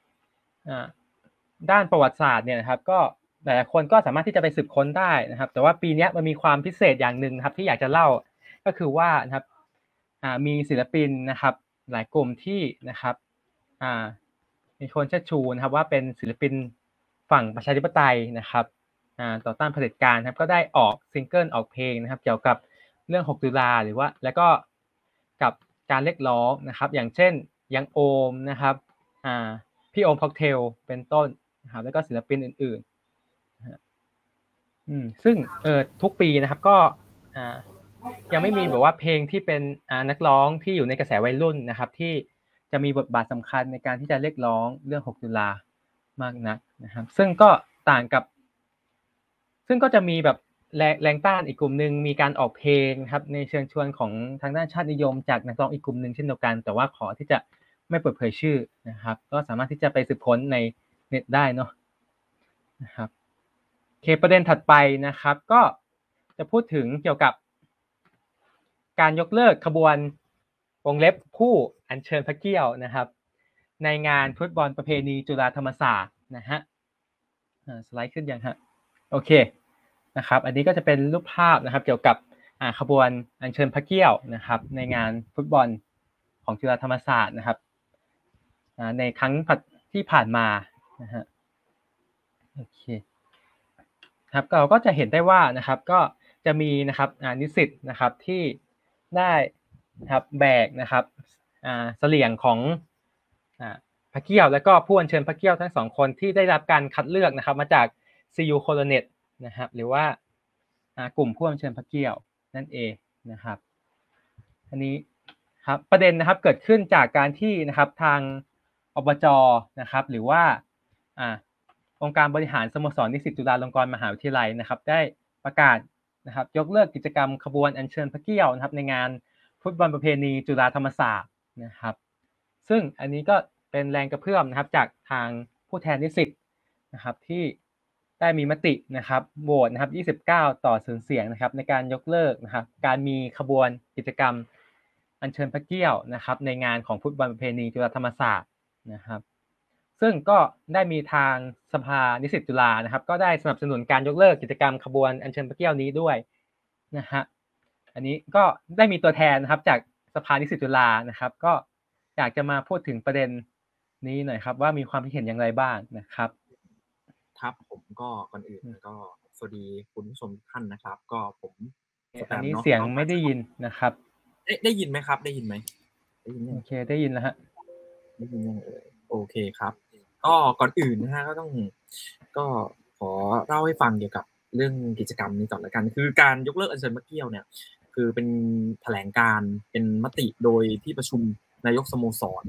ด้านประวัติศาสตร์เนี่ยนะครับก็หลายคนก็สามารถที่จะไปสืบค้นได้นะครับแต่ว่าปีนี้มันมีความพิเศษอย่างหนึ่งนะครับที่อยากจะเล่าก็คือว่านะครับมีศิลปินนะครับหลายกลุ่มที่นะครับมีคนเชิดชูนะครับว่าเป็นศิลปินฝั่งประชาธิปไตยนะครับต่อต้านเผด็จการครับก็ได้ออกซิงเกิลออกเพลงนะครับเกี่ยวกับเรื่อง6ตุลาหรือว่าแล้วก็กับการเรียกร้องนะครับอย่างเช่นยังโอมนะครับพี่โอมค็อกเทลเป็นต้นนะครับแล้วก็ศิลปินอื่นๆซึ่งทุกปีนะครับก็ยังไม่มีแบบว่าเพลงที่เป็นนักร้องที่อยู่ในกระแสวัยรุ่นนะครับที่จะมีบทบาทสำคัญในการที่จะเรียกร้องเรื่อง6ตุลามากนักนะครับซึ่งก็ต่างกับซึ่งก็จะมีแบบแรงต้านอีกกลุ่มนึงมีการออกเพลงครับในเชิญชวนของทางด้านชาตินิยมจากนักร้องอีกกลุ่มนึงเช่นเดียวกันแต่ว่าขอที่จะไม่เปิดเผยชื่อนะครับก็สามารถที่จะไปสืบค้นในเน็ตได้เนาะนะครับประเด็นถัดไปนะครับก็จะพูดถึงเกี่ยวกับการยกเลิกขบวนวงเล็บผู้อัญเชิญพระเกี้ยวนะครับในงานฟุตบอลประเพณีจุฬาธรรมศาสตร์นะฮะสไลด์ขึ้นยังฮะโอเคนะครับอันนี้ก็จะเป็นรูปภาพนะครับเกี่ยวกับขบวนอัญเชิญพระเกี้ยวนะครับในงานฟุตบอลของจุฬาธรรมศาสตร์นะครับในครั้งที่ผ่านมานะฮะโอเคครับเราก็จะเห็นได้ว่านะครับก็จะมีนะครับนิสิตนะครับที่ได้นะครับแบกนะครับเสลี่ยงของพระเกี้ยวและก็ผู้อัญเชิญพระเกี้ยวทั้ง2คนที่ได้รับการคัดเลือกนะครับมาจาก CU Coronet นะครับหรือว่ากลุ่มผู้อัญเชิญพระเกี้ยวนั่นเองนะครับอันนี้ครับประเด็นนะครับเกิดขึ้นจากการที่นะครับทางอบจ.นะครับหรือว่าองค์การบริหารสโมสรนิสิตจุฬาลงกรณ์มหาวิทยาลัยนะครับได้ประกาศนะครับยกเลิกกิจกรรมขบวนอัญเชิญพระเกี้ยวนะครับในงานฟุตบอลประเพณีจุฬาธรรมศาสตร์นะครับซึ่งอันนี้ก็เป็นแรงกระเพื่อมนะครับจากทางผู้แทนนิสิตนะครับที่ได้มีมตินะครับโหวตนะครับ29ต่อ0เสียงนะครับในการยกเลิกนะครับการมีขบวนกิจกรรมอัญเชิญพระเกี้ยวนะครับในงานของฟุตบอลประเพณีจุฬาธรรมศาสตร์นะครับซึ่งก็ได้มีทางสภานิสิตจุฬานะครับก็ได้สนับสนุนการยกเลิกกิจกรรมขบวนอัญเชิญพระเกี้ยวนี้ด้วยนะฮะอันนี้ก็ได้มีตัวแทนนะครับจากสภานิสิตจุฬานะครับก็อยากจะมาพูดถึงประเด็นนี้หน่อยครับว่ามีความคิดเห็นอย่างไรบ้างนะครับครับผมก็ก่อนอื่นก็สวัสดีคุณผู้ชมทุกท่านนะครับก็ผมอันนี้เสียงไม่ได้ยินนะครับได้ยินไหมครับได้ยินไหมโอเคได้ยินแล้วฮะได้ยินยังโอเคครับก็ก่อนอื่นนะฮะก็ขอเล่าให้ฟังเกี่ยวกับเรื่องกิจกรรมนี้ก่อนละกันคือการยกเลิกอัญเชิญมะเกี้ยวเนี่ยคือเป็นแถลงการเป็นมติโดยที่ประชุมนายกสโมสร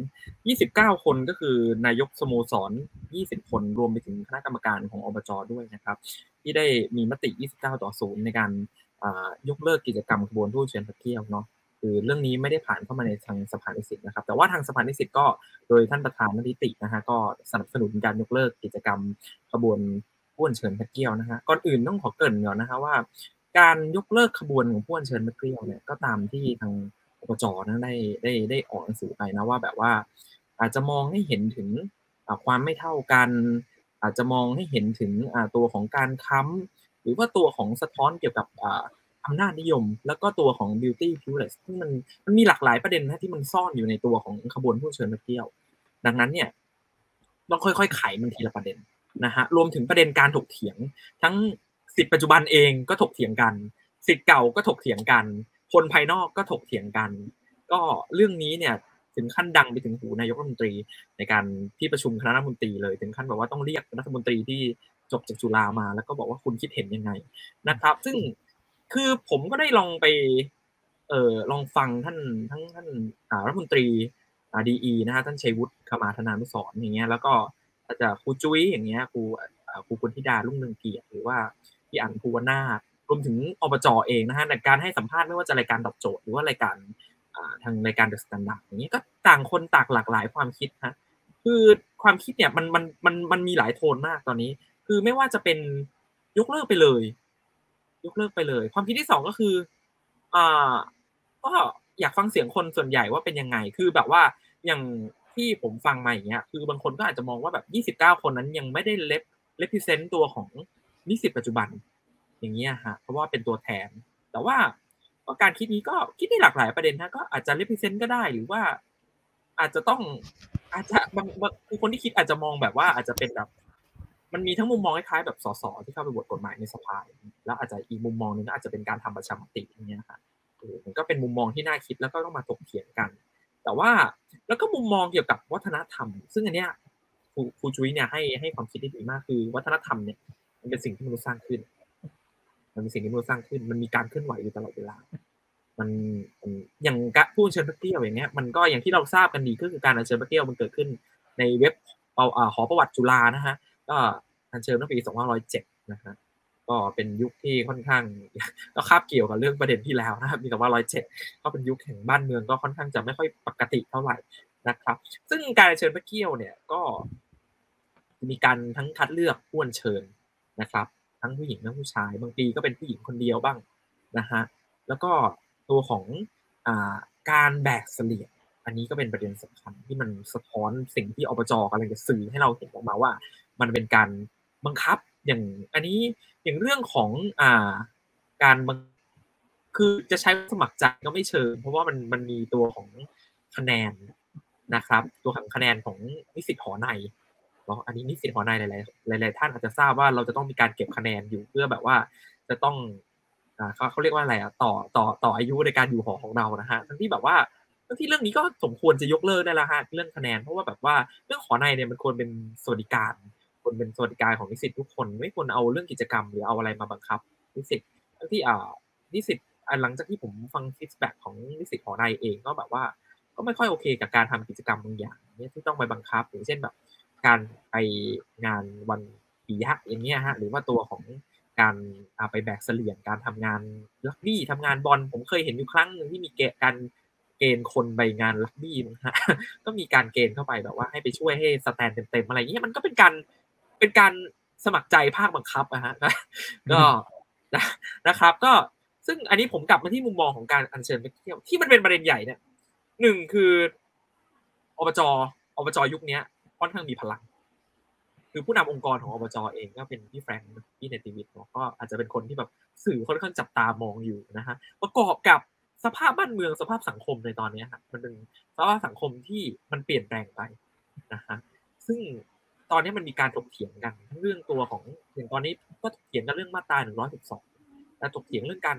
29คนก็คือนายกสโมสร20คนรวมไปถึงคณะกรรมการของอบจ.ด้วยนะครับที่ได้มีมติ29-0ในการยกเลิกกิจกรรมขบวนทูตเชิญพระเกี้ยวเนาะคือเรื่องนี้ไม่ได้ผ่านเข้ามาในทางสภานิสิตนะครับแต่ว่าทางสภานิสิตก็โดยท่านประธานนิตินะฮะก็สนับสนุนการยกเลิกกิจกรรมขบวนผู้อัญเชิญพระเกี้ยวนะฮะก่อนอื่นต้องขอเกริ่นก่อนนะฮะว่าการยกเลิกขบวนของผู้อัญเชิญพระเกี้ยวเนี่ยก็ตามที่ทางอบจ.นะได้ออกหนังสือไปนะว่าแบบว่าอาจจะมองให้เห็นถึงความไม่เท่ากันอาจจะมองให้เห็นถึงตัวของการค้ำหรือว่าตัวของสะท้อนเกี่ยวกับอำนาจนิยมแล้วก็ตัวของ beauty privilege ซึ่งมันมีหลากหลายประเด็นนะที่มันซ่อนอยู่ในตัวของขบวนผู้เชิญพระเกี้ยวดังนั้นเนี่ยต้องค่อยๆไขมันทีละประเด็นนะฮะรวมถึงประเด็นการถกเถียงทั้งสิทธิปัจจุบันเองก็ถกเถียงกันสิทธิเก่าก็ถกเถียงกันคนภายนอกก็ถกเถียงกันก็เรื่องนี้เนี่ยถึงขั้นดังไปถึงหูนายกรัฐมนตรีในการที่ประชุมคณะรัฐมนตรีเลยถึงขั้นแบบว่าต้องเรียกรัฐมนตรีที่จบจากจุฬามาแล้วก็บอกว่าคุณคิดเห็นยังไงนะครับซึ่งคือผมก็ได้ลองไปลองฟังท่านรัฐมนตรีดีนะฮะท่านชัยวุฒิขมาธนานุสรณ์อย่างเงี้ยแล้วก็อาจจะครูจุ้ยอย่างเงี้ยครูกุลธิดารุ่งเรืองเกียรติหรือว่าพี่อั๋นภูวนาถรวมถึงอบจ.เองนะฮะในการให้สัมภาษณ์ไม่ว่าจะรายการตอบโจทย์หรือว่ารายการทางรายการเดอะสแตนดาร์ดอย่างเงี้ยก็ต่างคนต่างหลากหลายความคิดฮะคือความคิดเนี่ยมันมีหลายโทนมากตอนนี้คือไม่ว่าจะเป็นยกเลิกไปเลยความคิดที่2ก็คืออ่าก็อยากฟังเสียงคนส่วนใหญ่ว่าเป็นยังไงคือแบบว่าอย่างที่ผมฟังมาอย่างเงี้ยคือบางคนก็อาจจะมองว่าแบบ29คนนั้นยังไม่ได้represent ตัวของนิสิตปัจจุบันอย่างเงี้ยฮะเพราะว่าเป็นตัวแทนแต่ว่าก็การคิดนี้ก็คิดได้หลากหลายประเด็นนะก็อาจจะ represent ก็ได้หรือว่าอาจจะต้องอาจจะบางคือคนที่คิดอาจจะมองแบบว่าอาจจะเป็นแบบมันมีทั้งมุมมองคล้ายๆแบบสสที่เข้าไปโหวตกฎหมายในสภาแล้วอาจจะอีกมุมมองนึงก็อาจจะเป็นการทำประชามติอย่างเงี้ยค่ะมันก็เป็นมุมมองที่น่าคิดแล้วก็ต้องมาถกเถียงกันแต่ว่าแล้วก็มุมมองเกี่ยวกับวัฒนธรรมซึ่งอันเนี้ยครูจุ้ยเนี่ยให้ความคิดที่ดีมากคือวัฒนธรรมเนี่ยมันเป็นสิ่งที่มนุษย์สร้างขึ้นมันเป็นสิ่งที่มนุษย์สร้างขึ้นมันมีการเคลื่อนไหวอยู่ตลอดเวลามันอย่างผู้อัญเชิญพระเกี้ยวอย่างเงี้ยมันก็อย่างที่เราทราบกันดีก็คือการอัญเชิญพระเกี้ยวมันเกิดขึ้นในเว็บหอประวัติจุฬานะฮะก็อัญเชิญเมื่อปี2507นะฮะก็เป็นยุคที่ค่อนข้างก็คาบเกี่ยวกับเรื่องประเด็นที่แล้วนะครับปี2507ก็เป็นยุคแห่งบ้านเมืองก็ค่อนข้างจะไม่ค่อยปกติเท่าไหร่นะครับซึ่งการอัญเชิญพระเกี้ยวเนี่ยก็มีการทั้งคัดเลือกผู้อัญเชิญนะครับทั้งผู้หญิงทั้งผู้ชายบางปีก็เป็นผู้หญิงคนเดียวบ้างนะฮะแล้วก็ตัวของการแบกเสลี่ยงอันนี้ก็เป็นประเด็นสำคัญที่มันสะท้อนสิ่งที่อบจ.กำลังจะสื่อให้เราเห็นออกมาว่ามันเป็นการบังคับอย่างอันนี้อย่างเรื่องของการคือจะใช้สมัครใจก็ไม่เชิงเพราะว่ามันมีตัวของคะแนนนะครับตัวของคะแนนของนิสิตหอในเนาะอันนี้นิสิตหอในหลายท่านอาจจะทราบว่าเราจะต้องมีการเก็บคะแนนอยู่เพื่อแบบว่าจะต้องเขาเรียกว่าอะไรต่ออายุในการอยู่หอของเรานะฮะทั้งที่แบบว่าทั้งที่เรื่องนี้ก็สมควรจะยกเลิกได้แล้วฮะเรื่องคะแนนเพราะว่าแบบว่าเรื่องหอในเนี่ยมันควรเป็นสวัสดิการควรเป็นสวัสดิการของนิสิตทุกคนไม่ควรเอาเรื่องกิจกรรมหรือเอาอะไรมาบังคับนิสิตทั้งที่นิสิตหลังจากที่ผมฟังฟีดแบ็กของนิสิตหอในเองก็แบบว่าก็ไม่ค่อยโอเคกับการทำกิจกรรมบางอย่างเนี่ยที่ต้องไปบังคับอย่างเช่นแบบการไปงานวันปิยะอย่างเงี้ยฮะหรือว่าตัวของการไปแบกเสลี่ยงการทำงานรักบี้ทำงานบอลผมเคยเห็นอยู่ครั้งหนึ่งที่มีการเกณฑ์คนไปงานรักบี้นะฮะก็มีการเกณฑ์เข้าไปแบบว่าให้ไปช่วยให้สแตนเต็มๆอะไรอย่างเงี้ยมันก็เป็นการสมัครใจภาคบังคับอะฮะก็นะครับก็ซึ่งอันนี้ผมกลับมาที่มุมมองของการอัญเชิญไปเที่ยวที่มันเป็นประเด็นใหญ่เนี่ยหนึ่งคืออบจ.ยุคนี้ค่อนข้างมีพลังคือผู้นำองค์กรของอบจ.เองก็เป็นพี่แฟรงค์พี่เนติวิทย์ก็อาจจะเป็นคนที่แบบสื่อค่อนข้างจับตามองอยู่นะฮะประกอบกับสภาพบ้านเมืองสภาพสังคมในตอนนี้ครับมันเป็นสภาพสังคมที่มันเปลี่ยนแปลงไปนะฮะซึ่งตอนนี้มันมีการถกเถียงกันทั้งเรื่องตัวของอย่างตอนนี้ก็ถกเถียงกันเรื่องมาตรา112และถกเถียงเรื่องการ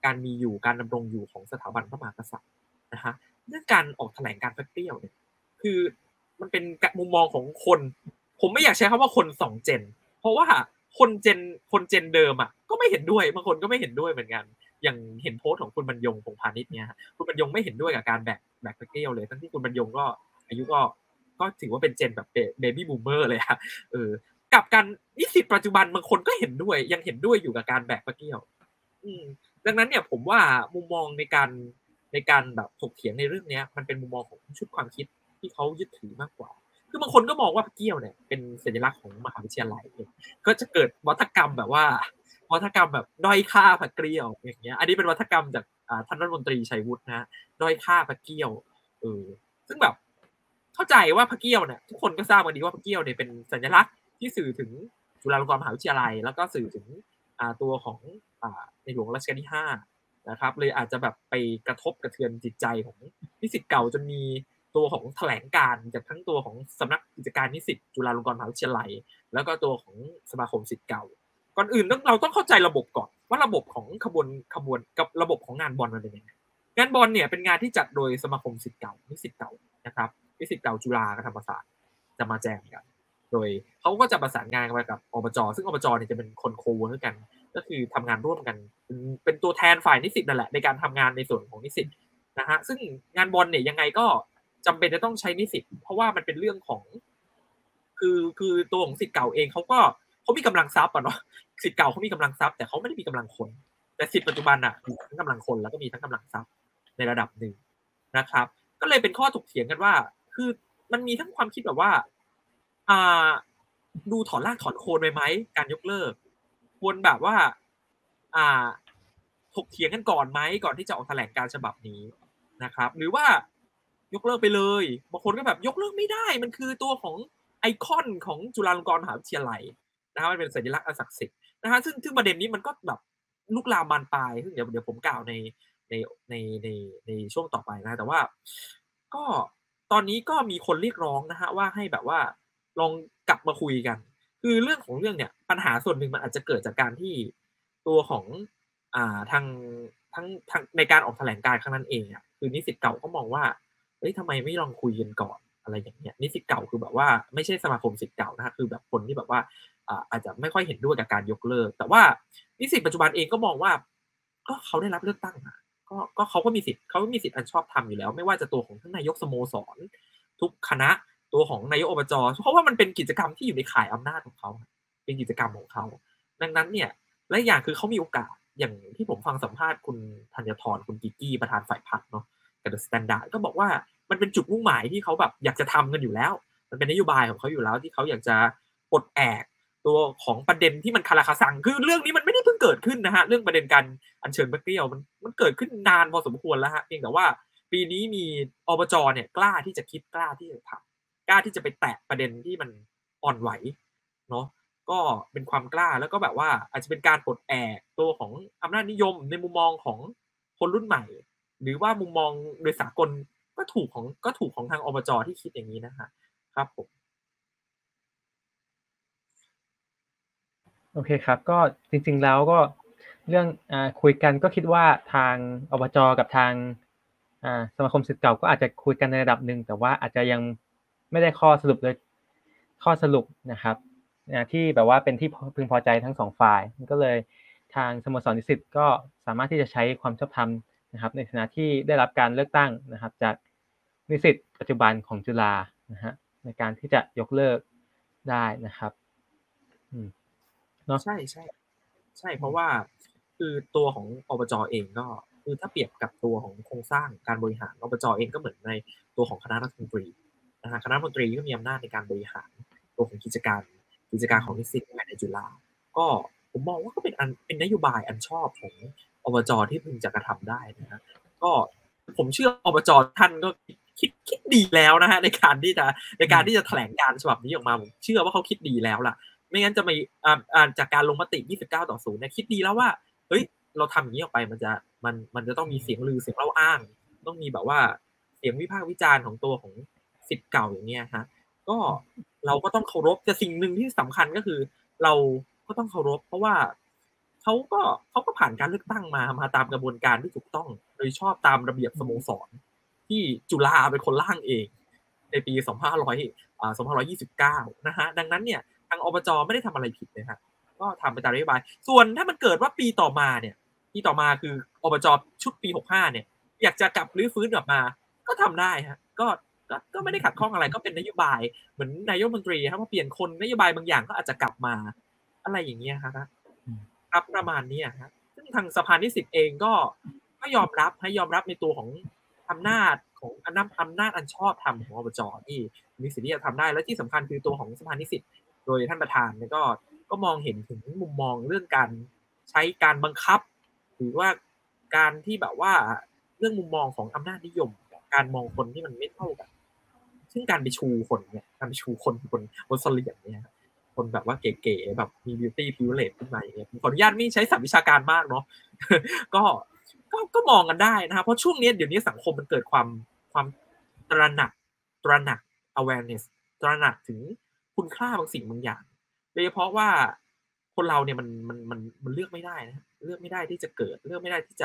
การมีอยู่การดำรงอยู่ของสถาบันพระมหากษัตริย์นะฮะเรื่องการออกแถลงการณ์พระเกลี้ยวเนี่ยคือมันเป็นมุมมองของคนผมไม่อยากใช้คำว่าคน2 เจนเพราะว่าคนเจนเดิมอ่ะก็ไม่เห็นด้วยบางคนก็ไม่เห็นด้วยเหมือนกันอย่างเห็นโพสต์ของคุณบรรยงพงษ์พานิชเนี่ยคุณบรรยงไม่เห็นด้วยกับการแบกพระเกลี้ยวเลยทั้งที่คุณบรรยงก็อายุก็ถือว่าเป็นเจนแบบเบบี้บูมเมอร์เลยอะกับการนิสิตปัจจุบันบางคนก็เห็นด้วยยังเห็นด้วยอยู่กับการแบกพระเกลี้ยวดังนั้นเนี่ยผมว่ามุมมองในการแบบถกเถียงในเรื่องนี้มันเป็นมุมมองของชุดความคิดที่เขายึดถือมากกว่าคือบางคนก็มองว่าพระเกลี้ยวเนี่ยเป็นสัญลักษณ์ของมหาวิทยาลัยก็จะเกิดวัฒกรรมแบบว่าวัฒกรรมแบบด้อยค่าพระเกลี้ยวอย่างเงี้ยอันนี้เป็นวัฒกรรมจากท่านรัฐมนตรีชัยวุฒินะด้อยค่าพระเกลี้ยวซึ่งแบบเข้าใจว่าพระเกลี้ยวเนี่ยทุกคนก็ทราบกันดีว่าพระเกลี้ยวเนี่ยเป็นสัญลักษณ์ที่สื่อถึงจุฬาลงกรณ์มหาวิทยาลัยแล้วก็สื่อถึงตัวของในหลวงรัชกาลที่5นะครับเลยอาจจะแบบไปกระทบกระเทือนจิตใจของนิสิตเก่าจนมีตัวของแถลงการจากทั้งตัวของสำนักกิจการนิสิตจุฬาลงกรณ์มหาวิทยาลัยแล้วก็ตัวของสมาคมศิษย์เก่าก่อนอื่นเราต้องเข้าใจระบบก่อนว่าระบบของขบวนกับระบบของงานบอลมันเป็นยังไงงานบอลเนี่ยเป็นงานที่จัดโดยสมาคมศิษย์เก่านิสิตเก่านะครับนิสิตเก่าจุฬากับธรรมศาสตร์จะมาแจมกันโดยเขาก็จะประสานงานกันกับอบจ.ซึ่งอบจ.เนี่ยจะเป็นคนโคเวิร์คกันก็คือทำงานร่วมกันเป็นตัวแทนฝ่ายนิสิตนั่นแหละในการทำงานในส่วนของนิสิตนะฮะซึ่งงานบอลเนี่ยยังไงก็จำเป็นจะต้องใช้นิสิตเพราะว่ามันเป็นเรื่องของคือตัวของศิษย์เก่าเองเขามีกำลังทรัพย์เนาะศิษย์เก่าเขามีกำลังทรัพย์แต่เขาไม่ได้มีกำลังคนแต่ศิษย์ปัจจุบันมีทั้งกำลังคนแล้วก็มีทั้งกำลังทรัพย์ในระดับหนึ่งนะครับก็เลยเป็นข้อถกเถียงกันว่าคือมันมีทั้งความคิดแบบว่าดูถอนรากถอนโคนไปไหมการยกเลิกควรแบบว่าถกเถียงกันก่อนไหมก่อนที่จะออกแถลงการฉบับนี้นะครับหรือว่ายกเลิกไปเลยบางคนก็แบบยกเลิกไม่ได้มันคือตัวของไอคอนของจุฬาลงกรณ์มหาวิทยาลัยนะมันเป็นสัญลักษณ์อันศักดิ์สิทธิ์นะฮะซึ่งประเด็นนี้มันก็แบบลุกลามบานปลายซึ่งเดี๋ยวผมกล่าวในช่วงต่อไปนะแต่ว่าก็ตอนนี้ก็มีคนเรียกร้องนะฮะว่าให้แบบว่าลองกลับมาคุยกันคือเรื่องของเรื่องเนี่ยปัญหาส่วนหนึ่งมันอาจจะเกิดจากการที่ตัวของทางในการออกแถลงการณ์ครั้งนั้นเองคือนิสิตเก่าก็มองว่าทำไมไม่ลองคุยกันก่อนอะไรอย่างเงี้ยนิสิตเก่าคือแบบว่าไม่ใช่สมาคมศิษย์เก่านะฮะคือแบบคนที่แบบว่าอาจจะไม่ค่อยเห็นด้วยกับการยกเลิกแต่ว่านิสิตปัจจุบันเองก็มองว่าก็เขาได้รับเลือกตั้งก็เขาก็มีสิทธิ์อันชอบธรรมอยู่แล้วไม่ว่าจะตัวของท่านนายกสโมสรทุกคณะตัวของนายกอบจ.เพราะว่ามันเป็นกิจกรรมที่อยู่ในข่ายอำนาจของเขาเป็นกิจกรรมของเขาดังนั้นเนี่ยและอย่างคือเขามีโอกาสอย่างที่ผมฟังสัมภาษณ์คุณธัญธรคุณกิกกี้ประธานฝ่ายพรรคเนาะกับ The Standard ก็บอกว่ามันเป็นจุดมุ่งหมายที่เขาแบบอยากจะทำกันอยู่แล้วมันเป็นนโยบายของเขาอยู่แล้วที่เขาอยากจะปลดแอกตัวของประเด็นที่มันคาราคาซังคือเรื่องนี้มันไม่ได้เพิ่งเกิดขึ้นนะฮะเรื่องประเด็นการอัญเชิญพระเกลี้ยวมันเกิดขึ้นนานพอสมควรแล้วฮะเพียงแต่ว่าปีนี้มีอบจ.เนี่ยกล้าที่จะคิดกล้าที่จะทำกล้าที่จะไปแตะประเด็นที่มันอ่อนไหวเนาะก็เป็นความกล้าแล้วก็แบบว่าอาจจะเป็นการปลดแอกตัวของอำนาจนิยมในมุมมองของคนรุ่นใหม่หรือว่ามุมมองโดยสากลก็ถูกของทางอบจ.ที่คิดอย่างนี้นะฮะครับผมโอเคครับก็จริงๆแล้วก็เรื่องคุยกันก็คิดว่าทางอบจ.กับทางสมาคมศิษย์เก่าก็อาจจะคุยกันในระดับหนึ่งแต่ว่าอาจจะยังไม่ได้ข้อสรุปนะครับที่แบบว่าเป็นที่พึงพอใจทั้งสองฝ่ายก็เลยทางสโมสรนิสิตก็สามารถที่จะใช้ความชอบธรรมนะครับในฐานะที่ได้รับการเลือกตั้งนะครับจากนิสิตปัจจุบันของจุฬานะฮะในการที่จะยกเลิกได้นะครับใช่ใช่ใช่เพราะว่าคือตัวของอบจ.เองก็คือถ้าเปรียบกับตัวของโครงสร้างการบริหารอบจ.เองก็เหมือนในตัวของคณะรัฐมนตรีนะฮะคณะรัฐมนตรีก็มีอำนาจในการบริหารตัวของกิจการของนิสิตในจุฬาก็ผมมองว่าก็เป็นนโยบายอันชอบของอบจ.ที่พึงจะกระทำได้นะฮะก็ผมเชื่ออบจ.ท่านก็คิดดีแล้วนะฮะในการที่จะแถลงการฉบับนี้ออกมาผมเชื่อว่าเขาคิดดีแล้วล่ะไม่งั้นจะมีจากการลงมติ29-0เนี่ยคิดดีแล้วว่าเฮ้ยเราทำอย่างนี้ออกไปมันจะต้องมีเสียงลือเสียงเล่าอ้างต้องมีแบบว่าเสียงวิพากษ์วิจารณ์ของตัวของศิษย์เก่าอย่างเงี้ยฮะก็เราก็ต้องเคารพแต่สิ่งหนึ่งที่สำคัญก็คือเราก็ต้องเคารพเพราะว่าเขาก็ผ่านการเลือกตั้งมาตามกระบวนการที่ถูกต้องโดยชอบตามระเบียบสโมสรที่จุฬาเป็นคนร่างเองในปี2529นะฮะดังนั้นเนี่ยทางอบจไม่ได้ทำอะไรผิดนะครับก็ทำไปตามนโยบายส่วนถ้ามันเกิดว่าปีต่อมาคืออบจชุดปี65เนี่ยอยากจะกลับรื้อฟื้นกลับมาก็ทำได้ฮะก็ไม่ได้ขัดข้องอะไรก็เป็นนโยบายเหมือนนายกรัฐมนตรีครับพอเปลี่ยนคนนโยบายบางอย่างก็อาจจะกลับมาอะไรอย่างเงี้ยครับประมาณนี้ฮะซึ่งทางสภานิสิตเองก็ยอมรับในตัวของอำนาจอันชอบธรรมของอบจที่มีสิทธิ์ที่จะทำได้และที่สำคัญคือตัวของสภานิสิตโดยท่านประธานเนี่ยก็มองเห็นถึงมุมมองเรื่องการใช้การบังคับหรือว่าการที่แบบว่าเรื่องมุมมองของอำนาจนิยมการมองคนที่มันไม่เท่ากันซึ่งการไปชูคนบนเสลี่ยงเนี่ยคนแบบว่าเก๋ๆแบบมี beauty privilege ขึ้นมาอย่างเงี้ยขออนุญาตไม่ใช้ศัพท์วิชาการมากเนาะ ก็มองกันได้นะครับเพราะช่วงนี้เดี๋ยวนี้สังคมมันเกิดความตระหนัก awareness ตระหนักถึงคุณค่าบางสิ่งบางอย่างโดยเฉพาะว่าคนเราเนี่ยมันเลือกไม่ได้นะเลือกไม่ได้ที่จะเกิดเลือกไม่ได้ที่จะ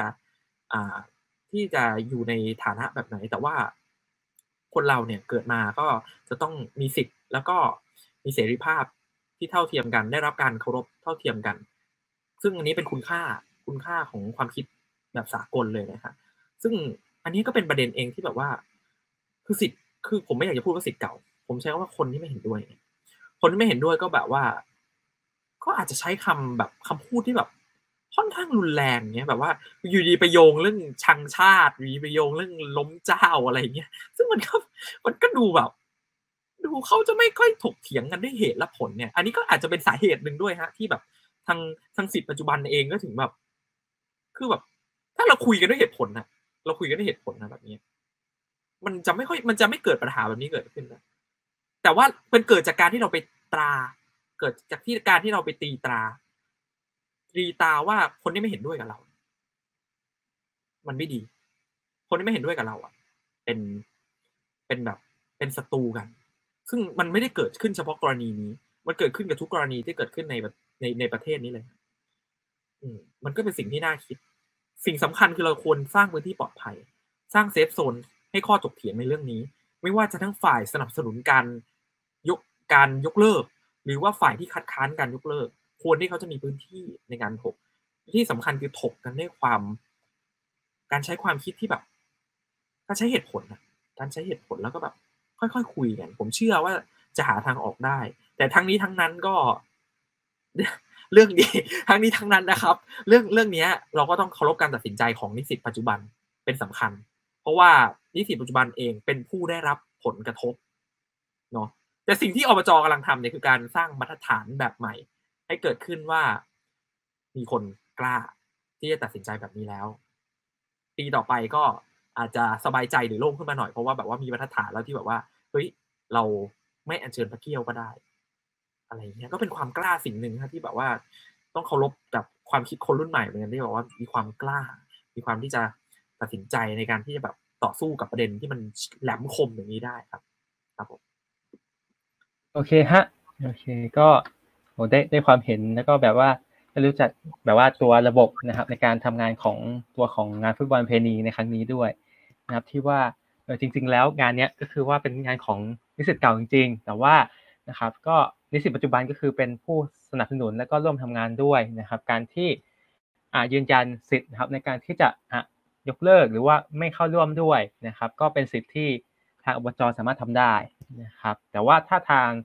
อยู่ในฐานะแบบไหนแต่ว่าคนเราเนี่ยเกิดมาก็จะต้องมีสิทธิ์แล้วก็มีเสรีภาพที่เท่าเทียมกันได้รับการเคารพเท่าเทียมกันซึ่งอันนี้เป็นคุณค่าของความคิดแบบสากลเลยนะครับซึ่งอันนี้ก็เป็นประเด็นเองที่แบบว่าคือสิทธิ์คือผมไม่อยากจะพูดว่าสิทธิ์เก่าผมใช้คำว่าคนที่ไม่เห็นด้วยก็แบบว่าก็อาจจะใช้คำพูดที่แบบค่อนข้างรุนแรงเงี้ยแบบว่าอยู่ดีไปโยงเรื่องชังชาติอยู่ดีไปโยงเรื่องล้มเจ้าอะไรเงี้ยซึ่งมันก็ดูแบบดูเขาจะไม่ค่อยถกเถียงกันด้วยเหตุและผลเนี่ยอันนี้ก็อาจจะเป็นสาเหตุหนึ่งด้วยฮะที่แบบทางสิทธิ์ปัจจุบันเองก็ถึงแบบคือแบบถ้าเราคุยกันด้วยเหตุผลนะแบบนี้มันจะไม่เกิดปัญหาแบบนี้เกิดขึ้นนะแต่ว่าเป็นเกิดจากการที่เราไปเกิดจากที่การที่เราไปตีตราว่าคนที่ไม่เห็นด้วยกับเรามันไม่ดีคนที่ไม่เห็นด้วยกับเราอ่ะเป็นแบบเป็นศัตรูกันซึ่งมันไม่ได้เกิดขึ้นเฉพาะกรณีนี้มันเกิดขึ้นกับทุกกรณีที่เกิดขึ้นในประเทศนี้เลยมันก็เป็นสิ่งที่น่าคิดสิ่งสำคัญคือเราควรสร้างพื้นที่ปลอดภัยสร้างเซฟโซนให้ข้อถกเถียงในเรื่องนี้ไม่ว่าจะทั้งฝ่ายสนับสนุนการยกเลิกหรือว่าฝ่ายที่คัดค้านการยกเลิกควรที่เขาจะมีพื้นที่ในการถกที่สำคัญคือถกกันด้วยการใช้ความคิดที่แบบการใช้เหตุผลแล้วก็แบบค่อยๆคุยกันผมเชื่อว่าจะหาทางออกได้แต่ทั้งนี้ทั้งนั้นก็เรื่องนี้ทั้งนี้ทั้งนั้นนะครับเรื่องนี้เราก็ต้องเคารพการตัดสินใจของนิสิตปัจจุบันเป็นสำคัญเพราะว่านิสิตปัจจุบันเองเป็นผู้ได้รับผลกระทบเนาะแต่สิ่งที่อบจ.กำลังทำเนี่ยคือการสร้างมาตรฐานแบบใหม่ให้เกิดขึ้นว่ามีคนกล้าที่จะตัดสินใจแบบนี้แล้วปีต่อไปก็อาจจะสบายใจหรือโล่งขึ้นมาหน่อยเพราะว่าแบบว่ามีมาตรฐานแล้วที่แบบว่าเฮ้ยเราไม่อัญเชิญพระเกี้ยวก็ได้อะไรเงี้ยก็เป็นความกล้าสิ่งหนึ่งที่แบบว่าต้องเคารพกับความคิดคนรุ่นใหม่เหมือนกันที่บอกว่ามีความกล้ามีความที่จะตัดสินใจในการที่จะแบบต่อสู้กับประเด็นที่มันแหลมคมอย่างนี้ได้ครับผมโอเคฮะโอเคก็ได้ความเห็นแล้วก็แบบว่ารู้จักแบบว่าตัวระบบนะครับในการทำงานของตัวของงานฟุตบอลเพณีในครั้งนี้ด้วยนะครับที่ว่าจริงๆแล้วงานนี้ก็คือว่าเป็นงานของนิสิตเก่าจริงๆแต่ว่านะครับก็นิสิตปัจจุบันก็คือเป็นผู้สนับสนุนและก็ร่วมทำงานด้วยนะครับการที่ยืนยันสิทธิ์นะครับในการที่จะยกเลิกหรือว่าไม่เข้าร่วมด้วยนะครับก็เป็นสิทธิ์ที่ทางอบจ.สามารถทำได้นะครับแต่ว่าถ้าทาง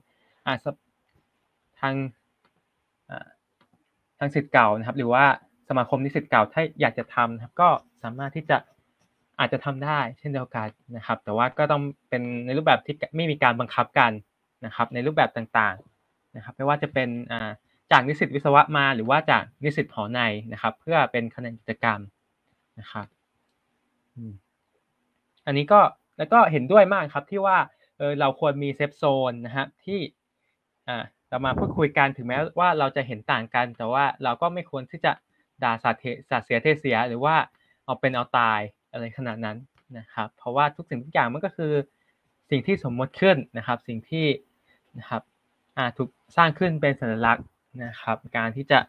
สิทธิ์เก่านะครับหรือว่าสมาคมนิสิตเก่าถ้าอยากจะทำนะครับก็สามารถที่จะอาจจะทำได้เช่นเดียวกันนะครับแต่ว่าก็ต้องเป็นในรูปแบบที่ไม่มีการบังคับกันนะครับในรูปแบบต่างๆนะครับไม่ว่าจะเป็นจากนิสิตวิศวะมาหรือว่าจากนิสิตหอในนะครับเพื่อเป็นคะแนนกิจกรรมนะครับอันนี้ก็แล้วก็เห็นด้วยมากครับที่ว่าเราควรมีเซฟโซนนะครับที่เรามาพูดคุยกันถึงแม้ว่าเราจะเห็นต่างกันแต่ว่าเราก็ไม่ควรที่จะด่าสาดเสียเทเสียหรือว่าเอาเป็นเอาตายอะไรขนาดนั้นนะครับเพราะว่าทุกสิ่งทุกอย่างมันก็คือสิ่งที่สมมติขึ้นนะครับสิ่งที่นะครับถูกสร้างขึ้นเป็นสัญลักษณ์นะครับการที่จะ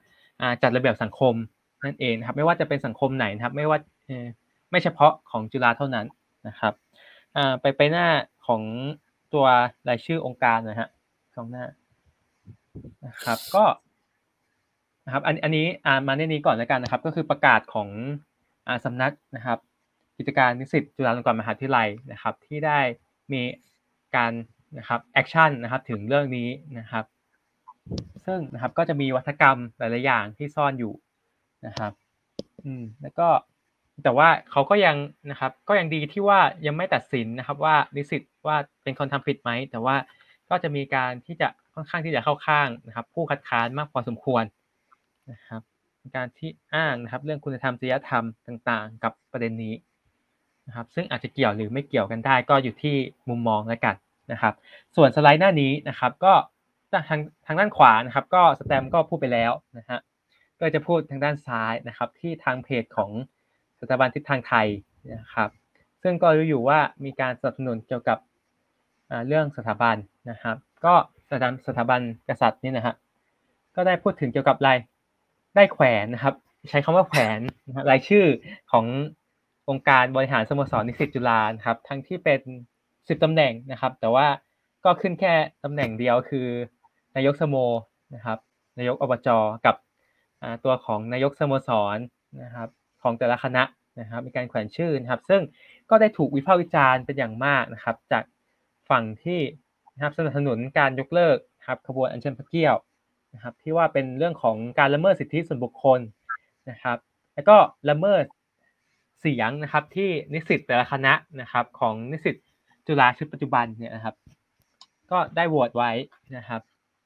จัดระเบียบสังคมนั่นเองนะครับไม่ว่าจะเป็นสังคมไหนนะครับไม่เฉพาะของจุฬาเท่านั้นนะครับไปหน้าของตัวรายชื่อองค์การนะฮะ2หน้านะครับก็นะครับอันนี้มาในนี้ก่อนแล้วกันนะครับก็คือประกาศของสำนักนะครับกิจการนิสิตจุฬาลงกรณ์มหาวิทยาลัยนะครับที่ได้มีการนะครับแอคชั่นนะครับถึงเรื่องนี้นะครับซึ่งนะครับก็จะมีวัฒกรรมหลายๆอย่างที่ซ่อนอยู่นะครับแล้วก็แต่ว่าเขาก็ยังนะครับก็ยังดีที่ว่ายังไม่ตัดสินนะครับว่านิสิตว่าเป็นคนทำผิดไหมแต่ว่าก็จะมีการที่จะค่อนข้างที่จะเข้าข้างนะครับผู้คัดค้านมากพอสมควรนะครับการที่อ้างนะครับเรื่องคุณธรรมจริยธรรมต่างๆกับประเด็นนี้นะครับซึ่งอาจจะเกี่ยวหรือไม่เกี่ยวกันได้ก็อยู่ที่มุมมองแล้วกันนะครับส่วนสไลด์หน้านี้นะครับก็ทางด้านขวานะครับก็สแตมก็พูดไปแล้วนะฮะก็จะพูดทางด้านซ้ายนะครับที่ทางเพจของสถาบันทิศทางไทยนะครับซึ่งก็รู้อยู่ว่ามีการสนับสนุนเกี่ยวกับเรื่องสถาบันนะครับก็สถาบันกษัตริย์นี่นะฮะก็ได้พูดถึงเกี่ยวกับได้แขวนนะครับใช้คำว่าแขวนรายชื่อขององค์การบริหารสโมสรนิสิตจุฬาครับทั้งที่เป็น10ตำแหน่งนะครับแต่ว่าก็ขึ้นแค่ตำแหน่งเดียวคือนายกสโมนะครับนายกอบจกับตัวของนายกสโมสรนะครับของแต่ละคณะนะครับมีการแขวนชื่อนะครับซึ่งก็ได้ถูกวิพากษ์วิจารณ์เป็นอย่างมากนะครับจากฝั่งที่นะครับสนับสนุนการยกเลิกครับขบวนอัญเชิญพระเกี้ยวนะครับที่ว่าเป็นเรื่องของการละเมิดสิทธิส่วนบุคคลนะครับแล้วก็ละเมิดเสียงนะครับที่นิสิตแต่ละคณะนะครับของนิสิตจุฬาชุดปัจจุบันเนี่ยนะครับก็ได้โหวตไว้นะครับ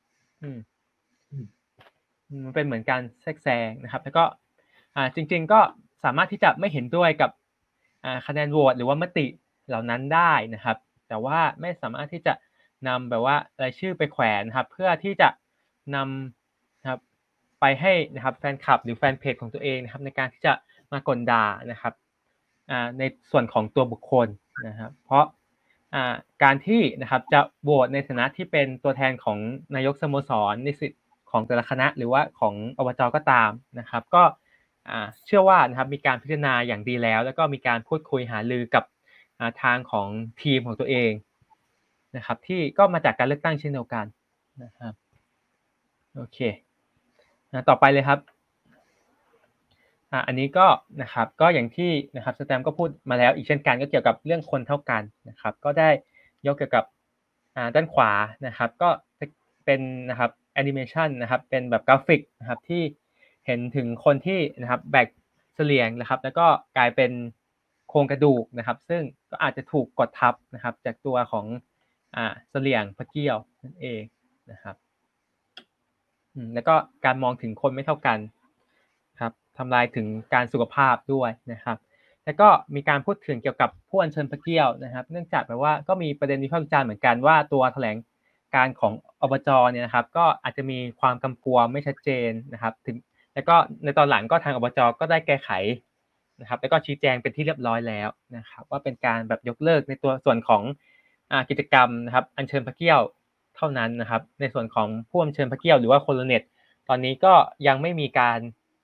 มันเป็นเหมือนการแทรกแซงนะครับแล้วก็จริงๆก็สามารถที่จะไม่เห็นด้วยกับคะแนนโหวตหรือว่ามติเหล่านั้นได้นะครับแต่ว่าไม่สามารถที่จะนำแบบว่ารายชื่อไปแขวนนะครับเพื่อที่จะนำนะครับไปให้นะครับแฟนคลับหรือแฟนเพจของตัวเองนะครับในการที่จะมากลด่านะครับในส่วนของตัวบุคคลนะครับเพราะการที่นะครับจะโหวตในฐานะที่เป็นตัวแทนของนายกสโมสรนิสิตของแต่ละคณะหรือว่าของอบจ.ก็ตามนะครับก็เชื่อว่านะครับมีการพิจารณาอย่างดีแล้วก็มีการพูดคุยหารือกับทางของทีมของตัวเองนะครับที่ก็มาจากการเลือกตั้งเช่นเดียวกันนะครับโอเคต่อไปเลยครับอันนี้ก็นะครับก็อย่างที่นะครับสแตมก็พูดมาแล้วอีกเช่นกันก็เกี่ยวกับเรื่องคนเท่ากันนะครับก็ได้ยกเกี่ยวกับด้านขวานะครับก็เป็นนะครับแอนิเมชันนะครับเป็นแบบกราฟิกนะครับที่เห็นถึงคนที่นะครับแบกเสลี่ยงนะครับแล้วก็กลายเป็นโครงกระดูกนะครับซึ่งก็อาจจะถูกกดทับนะครับจากตัวของเสลี่ยงพระเกี้ยวนั่นเองนะครับแล้วก็การมองถึงคนไม่เท่ากันครับทำลายถึงการสุขภาพด้วยนะครับแล้วก็มีการพูดถึงเกี่ยวกับผู้อัญเชิญพระเกี้ยวนะครับเนื่องจากแบบว่าก็มีประเด็นวิพากษ์วิจารณ์เหมือนกันว่าตัวแถลงการของอบจ.เนี่ยนะครับก็อาจจะมีความกำกวมไม่ชัดเจนนะครับถึงแล้วก็ในตอนหลังก็ทางอบจ.ก็ได้แก้ไขนะครับแล้วก็ชี้แจงเป็นที่เรียบร้อยแล้วนะครับว่าเป็นการแบบยกเลิกในตัวส่วนของกิจกรรมนะครับอัญเชิญพระเกี้ยวเท่านั้นนะครับในส่วนของผู้อัญเชิญพระเกี้ยวหรือว่าโคโลเนตตอนนี้ก็ยังไม่มีการ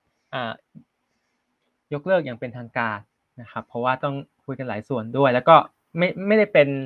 ยกเลิกอย่างเป็นทางการนะครับเพราะว่าต้องคุยกันหลายส่วนด้วยแล้วก็ไม่ได้เป็น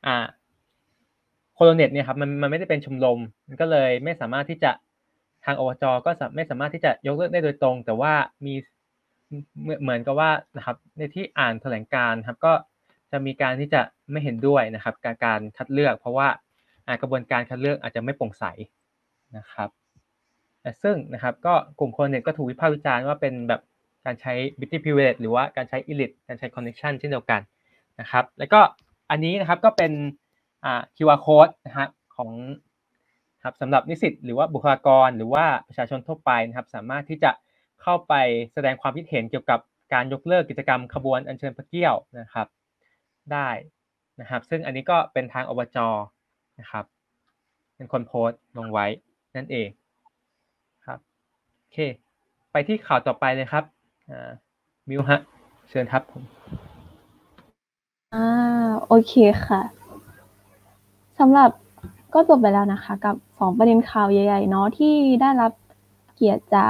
โคโลเนตเนี่ยครับมันไม่ได้เป็นชมรมมันก็เลยไม่สามารถที่จะทางอบจ.ก็ไม่สามารถที่จะยกเลิกได้โดยตรงแต่ว่ามีเหมือนกับว่านะครับในที่อ่านแถลงการณ์ครับก็จะมีการที่จะไม่เห็นด้วยนะครับการคัดเลือกเพราะว่ากระบวนการคัดเลือกอาจจะไม่โปร่งใสนะครับซึ่งนะครับก็กลุ่มโคโลเนตก็ถูกวิพากษ์วิจารณ์ว่าเป็นแบบการใช้ Beauty Privilege หรือว่าการใช้ Elite การใช้ Connection เช่นเดียวกันนะครับแล้วก็อันนี้นะครับก็เป็นQR code นะครับของครับสำหรับนิสิตหรือว่าบุคลากรหรือว่าประชาชนทั่วไปนะครับสามารถที่จะเข้าไปแสดงความคิดเห็นเกี่ยวกับการยกเลิกกิจกรรมขบวนอัญเชิญพระเกี้ยวนะครับได้นะครับซึ่งอันนี้ก็เป็นทางอบจ.นะครับเป็นคนโพสต์ลงไว้นั่นเองครับโอเคไปที่ข่าวต่อไปเลยครับมิวฮะเชิญครับผมโอเคค่ะสำหรับก็จบไปแล้วนะคะกับ2ประเด็นข่าวใหญ่ๆเนาะที่ได้รับเกียรติจากแข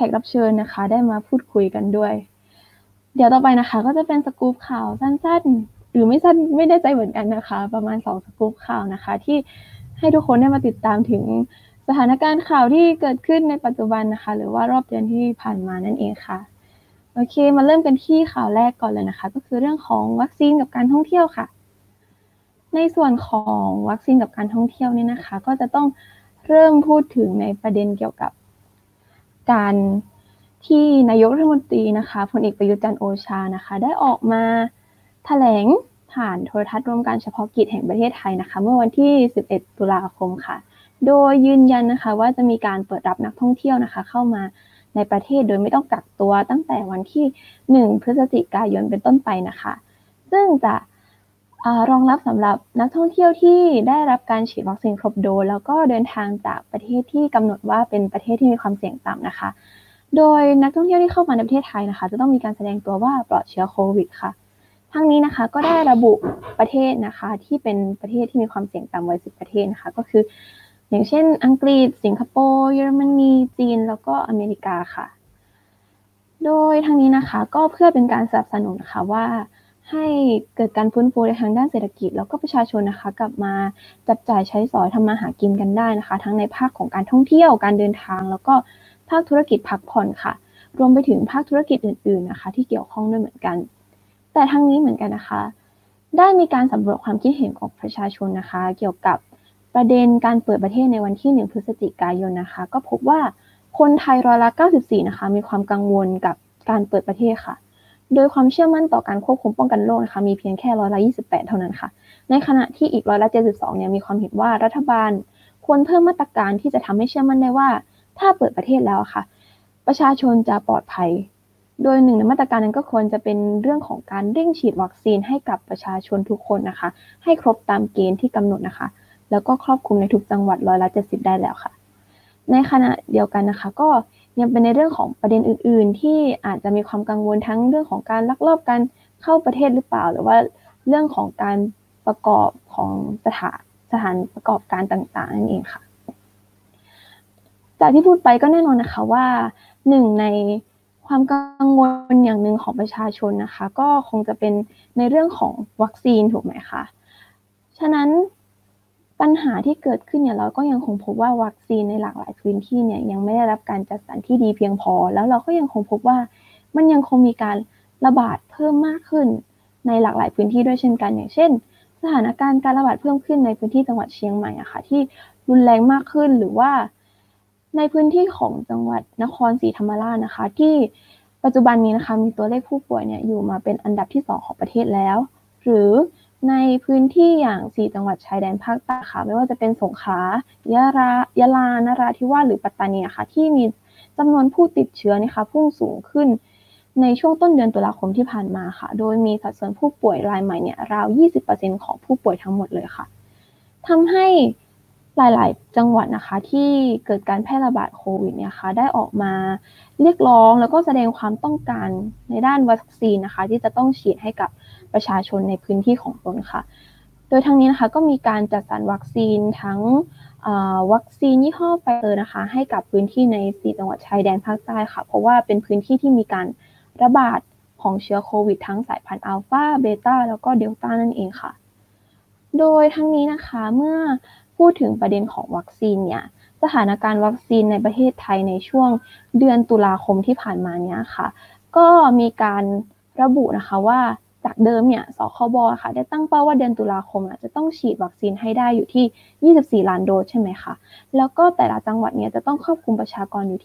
กรับเชิญนะคะได้มาพูดคุยกันด้วยเดี๋ยวต่อไปนะคะก็จะเป็นสกู๊ปข่าวสั้นๆหรือไม่สั้นไม่แน่ใจเหมือนกันนะคะประมาณ2สกู๊ปข่าวนะคะที่ให้ทุกคนได้มาติดตามถึงสถานการณ์ข่าวที่เกิดขึ้นในปัจจุบันนะคะหรือว่ารอบเดือนที่ผ่านมานั่นเองค่ะโอเคมาเริ่มกันที่ข่าวแรกก่อนเลยนะคะก็คือเรื่องของวัคซีนกับการท่องเที่ยวค่ะในส่วนของวัคซีนกับการท่องเที่ยวนี่นะคะก็จะต้องเริ่มพูดถึงในประเด็นเกี่ยวกับการที่นายกรัฐมนตรีนะคะพลเอกประยุทธ์จันทร์โอชานะคะได้ออกมาแถลงผ่านโทรทัศน์รวมการเฉพาะกิจแห่งประเทศไทยนะคะเมื่อวันที่11ตุลาคมค่ะโดยยืนยันนะคะว่าจะมีการเปิดรับนักท่องเที่ยวนะคะเข้ามาในประเทศโดยไม่ต้องกักตัวตั้งแต่วันที่1พฤศจิกายนเป็นต้นไปนะคะซึ่งจะรองรับสำหรับนักท่องเที่ยวที่ได้รับการฉีดวัคซีนครบโดสแล้วก็เดินทางจากประเทศที่กำหนดว่าเป็นประเทศที่มีความเสี่ยงต่ำนะคะโดยนักท่องเที่ยวที่เข้ามาในประเทศไทยนะคะจะต้องมีการแสดงตัวว่าปลอดเชื้อโควิดค่ะทั้งนี้นะคะก็ได้ระบุประเทศนะคะที่เป็นประเทศที่มีความเสี่ยงต่ำไว้10ประเทศนะคะก็คืออย่างเช่นอังกฤษสิงคโปร์เยอรมนีจีนแล้วก็อเมริกาค่ะโดยทั้งนี้นะคะก็เพื่อเป็นการสนับสนุนค่ะว่าให้เกิดการฟื้นฟูในทางด้านเศรษฐกิจแล้วก็ประชาชนนะคะกลับมาจับจ่ายใช้สอยทำมาหากินกันได้นะคะทั้งในภาคของการท่องเที่ยวการเดินทางแล้วก็ภาคธุรกิจพักผ่อนค่ะรวมไปถึงภาคธุรกิจอื่นๆนะคะที่เกี่ยวข้องด้วยเหมือนกันแต่ทั้งนี้เหมือนกันนะคะได้มีการสำรวจความคิดเห็นของประชาชนนะคะเกี่ยวกับประเด็นการเปิดประเทศในวันที่1พฤศจิกายนนะคะก็พบว่าคนไทย94%นะคะมีความกังวลกับการเปิดประเทศค่ะโดยความเชื่อมั่นต่อการควบคุมป้องกันโรคนะคะมีเพียงแค่28%เท่านั้นค่ะในขณะที่อีก72%เนี่ยมีความเห็นว่ารัฐบาลควรเพิ่มมาตรการที่จะทำให้เชื่อมั่นได้ว่าถ้าเปิดประเทศแล้วค่ะประชาชนจะปลอดภัยโดยหนึ่งในมาตรการนั้นก็ควรจะเป็นเรื่องของการเร่งฉีดวัคซีนให้กับประชาชนทุกคนนะคะให้ครบตามเกณฑ์ที่กำหนดนะคะแล้วก็ครอบคลุมในทุกจังหวัด70%ได้แล้วค่ะในขณะเดียวกันนะคะก็ยังเป็นในเรื่องของประเด็นอื่นๆที่อาจจะมีความกังวลทั้งเรื่องของการลักลอบการเข้าประเทศหรือเปล่าหรือว่าเรื่องของการประกอบของสถานประกอบการต่างๆนั่นเองค่ะจากที่พูดไปก็แน่นอนนะคะว่าหนึ่งในความกังวลอย่างหนึ่งของประชาชนนะคะก็คงจะเป็นในเรื่องของวัคซีนถูกไหมคะฉะนั้นปัญหาที่เกิดขึ้นเนี่ยเราก็ยังคงพบว่าวัคซีนในหลากหลายพื้นที่เนี่ยยังไม่ได้รับการจัดสรรที่ดีเพียงพอแล้วเราก็ยังคงพบว่ามันยังคงมีการระบาดเพิ่มมากขึ้นในหลากหลายพื้นที่ด้วยเช่นกันอย่างเช่นสถานการณ์การระบาดเพิ่มขึ้นในพื้นที่จังหวัดเชียงใหม่อะค่ะที่รุนแรงมากขึ้นหรือว่าในพื้นที่ของจังหวัดนครศรีธรรมราชนะคะที่ปัจจุบันนี้นะคะมีตัวเลขผู้ป่วยเนี่ยอยู่มาเป็นอันดับที่2ของประเทศแล้วหรือในพื้นที่อย่าง4จังหวัดชายแดนภาคใต้ค่ะไม่ว่าจะเป็นสงขลายะลานราธิวาสหรือปัตตานีค่ะที่มีจำนวนผู้ติดเชื้อนะคะพุ่งสูงขึ้นในช่วงต้นเดือนตุลาคมที่ผ่านมาค่ะโดยมีสัดส่วนผู้ป่วยรายใหม่เนี่ยราว 20% ของผู้ป่วยทั้งหมดเลยค่ะทำให้หลายๆจังหวัดนะคะที่เกิดการแพร่ระบาดโควิดเนี่ยค่ะได้ออกมาเรียกร้องแล้วก็แสดงความต้องการในด้านวัคซีนนะคะที่จะต้องฉีดให้กับประชาชนในพื้นที่ของตนค่ะโดยทั้งนี้นะคะก็มีการจัดสรรวัคซีนทั้งวัคซีนยี่ห้อไฟเซอร์นะคะให้กับพื้นที่ใน4จังหวัดชายแดนภาคใต้ค่ะเพราะว่าเป็นพื้นที่ที่มีการระบาดของเชื้อโควิดทั้งสายพันธุ์อัลฟาเบต้าแล้วก็เดลต้านั่นเองค่ะโดยทั้งนี้นะคะเมื่อพูดถึงประเด็นของวัคซีนเนี่ยสถานการณ์วัคซีนในประเทศไทยในช่วงเดือนตุลาคมที่ผ่านมาเนี่ยค่ะก็มีการระบุนะคะว่าจากเดิมเนี่ยสคบค่ะได้ตั้งเป้าว่าเดือนตุลาคมจะต้องฉีดวัคซีนให้ได้อยู่ที่24ล้านโดสใช่ไหมคะแล้วก็แต่ละจังหวัดเนี่ยจะต้องครอบคลุมประชากรอยู่ที่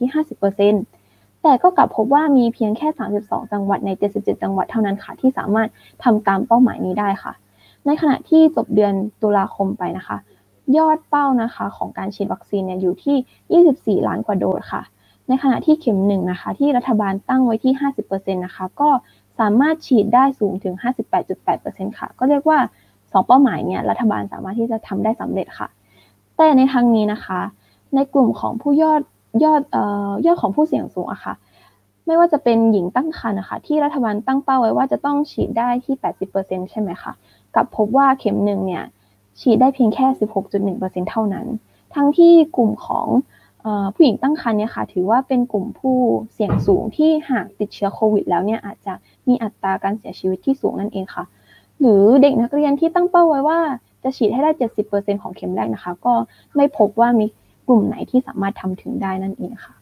50% แต่ก็กลับพบว่ามีเพียงแค่32จังหวัดใน77จังหวัดเท่านั้นค่ะที่สามารถทำตามเป้าหมายนี้ได้ค่ะในขณะที่จบเดือนตุลาคมไปนะคะยอดเป้านะคะของการฉีดวัคซีนเนี่ยอยู่ที่24ล้านกว่าโดสค่ะในขณะที่เข็ม1นะคะที่รัฐบาลตั้งไว้ที่ 50% นะคะก็สามารถฉีดได้สูงถึง 58.8% ค่ะก็เรียกว่า2เป้าหมายเนี่ยรัฐบาลสามารถที่จะทำได้สำเร็จค่ะแต่ในทางนี้นะคะในกลุ่มของผู้ยอดของผู้เสี่ยงสูงอะค่ะไม่ว่าจะเป็นหญิงตั้งครรภ์นะคะที่รัฐบาลตั้งเป้าไว้ว่าจะต้องฉีดได้ที่ 80% ใช่ไหมคะกับพบว่าเข็ม1เนี่ยฉีดได้เพียงแค่ 16.1% เท่านั้นทั้งที่กลุ่มของผู้หญิงตั้งครรภ์เนี่ยค่ะถือว่าเป็นกลุ่มผู้เสี่ยงสูงที่หากติดเชื้อโควิดแล้วเนี่ยอาจจะมีอัตราการเสียชีวิตที่สูงนั่นเองค่ะหรือเด็กนักเรียนที่ตั้งเป้าไว้ว่าจะฉีดให้ได้ 70% ของเข็มแรกนะคะก็ไม่พบว่ามีกลุ่มไหนที่สามารถทำถึงได้นั่นเองค่ะ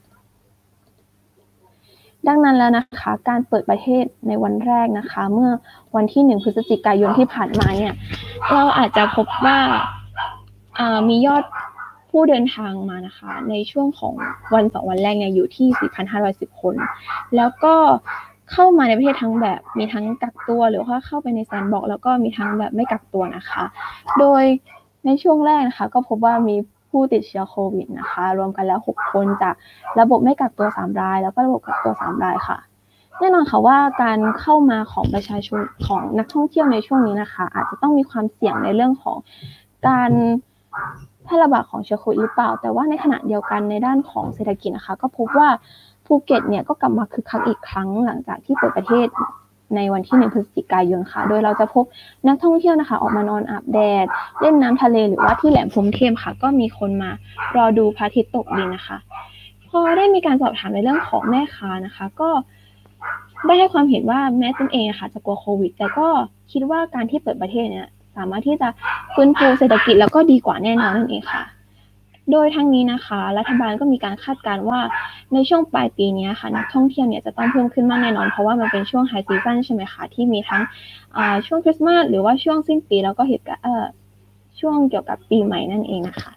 ดังนั้นแล้วนะคะการเปิดประเทศในวันแรกนะคะเมื่อวันที่1 พฤศจิกายนที่ผ่านมาเนี่ยเราอาจจะพบว่ามียอดผู้เดินทางมานะคะในช่วงของวัน2วันแรกเนี่ยอยู่ที่ 4,510 คนแล้วก็เข้ามาในประเทศทั้งแบบมีทั้งกักตัวหรือว่าเข้าไปในแซนด์บ็อกซ์แล้วก็มีทั้งแบบไม่กักตัวนะคะโดยในช่วงแรกนะคะก็พบว่ามีผู้ติดเชื้อโควิดนะคะรวมกันแล้ว6คนจากระบบไม่กักตัว3รายแล้วก็ระบบกักตัว3รายค่ะแน่นอนค่ะว่าการเข้ามาของประชาชนของนักท่องเที่ยวในช่วงนี้นะคะอาจจะต้องมีความเสี่ยงในเรื่องของการแพร่ระบาดของเชื้อโควิดหรือเปล่าแต่ว่าในขณะเดียวกันในด้านของเศรษฐกิจนะคะก็พบว่าภูเก็ตเนี่ยก็กลับมาคึกคักอีกครั้งหลังจากที่เปิดประเทศในวันที่1 พฤศจิกายนค่ะโดยเราจะพบนักท่องเที่ยวนะคะออกมานอนอาบแดดเล่นน้ำทะเลหรือว่าที่แหลมพรหมเทพค่ะก็มีคนมารอดูพระอาทิตย์ตกดินนะคะพอได้มีการสอบถามในเรื่องของแม่ค้านะคะก็ได้ให้ความเห็นว่าแม้ตนเองค่ะจะกลัวโควิดแต่ก็คิดว่าการที่เปิดประเทศเนี่ยสามารถที่จะฟื้นฟูเศรษฐกิจแล้วก็ดีกว่าแน่นอนนั่นเองค่ะโดยทั้งนี้นะคะรัฐบาลก็มีการคาดการณ์ว่าในช่วงปลายปีนี้ค่ะนักท่องเที่ยวเนี่ยจะต้องเพิ่มขึ้นมากแน่นอนเพราะว่ามันเป็นช่วงไฮซีซั่นใช่ไหมคะที่มีทั้งช่วงคริสต์มาสหรือว่าช่วงสิ้นปีแล้วก็ช่วงเกี่ยวกับปีใหม่นั่นเองนะคะ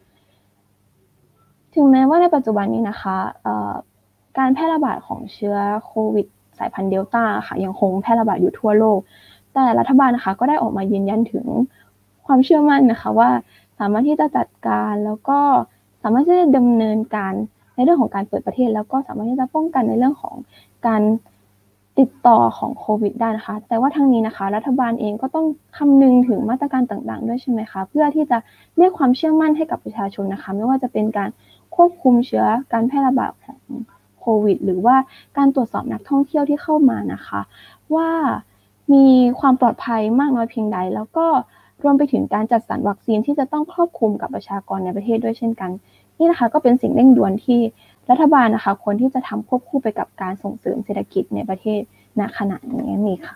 ถึงแม้ว่าในปัจจุบันนี้นะคะการแพร่ระบาดของเชื้อโควิดสายพันธุ์เดลต้าค่ะยังคงแพร่ระบาดอยู่ทั่วโลกแต่รัฐบาลนะคะก็ได้ออกมายืนยันถึงความเชื่อมั่นนะคะว่าสามารถที่จะจัดการแล้วก็สามารถที่จะดำเนินการในเรื่องของการเปิดประเทศแล้วก็สามารถที่จะป้องกันในเรื่องของการติดต่อของโควิดได้นะคะแต่ว่าทั้งนี้นะคะรัฐบาลเองก็ต้องคำนึงถึงมาตรการต่างๆด้วยใช่ไหมคะเพื่อที่จะเรียกความเชื่อมั่นให้กับประชาชนนะคะไม่ว่าจะเป็นการควบคุมเชื้อการแพร่ระบาดของโควิดหรือว่าการตรวจสอบนักท่องเที่ยวที่เข้ามานะคะว่ามีความปลอดภัยมากน้อยเพียงใดแล้วก็รวมไปถึงการจัดสรรวัคซีนที่จะต้องครอบคลุมกับประชากรในประเทศด้วยเช่นกันนี่นะคะก็เป็นสิ่งเร่งด่วนที่รัฐบาลนะคะควรที่จะทำควบคู่ไปกับการส่งเสริมเศรษฐกิจในประเทศณขณะนี้นี่ค่ะ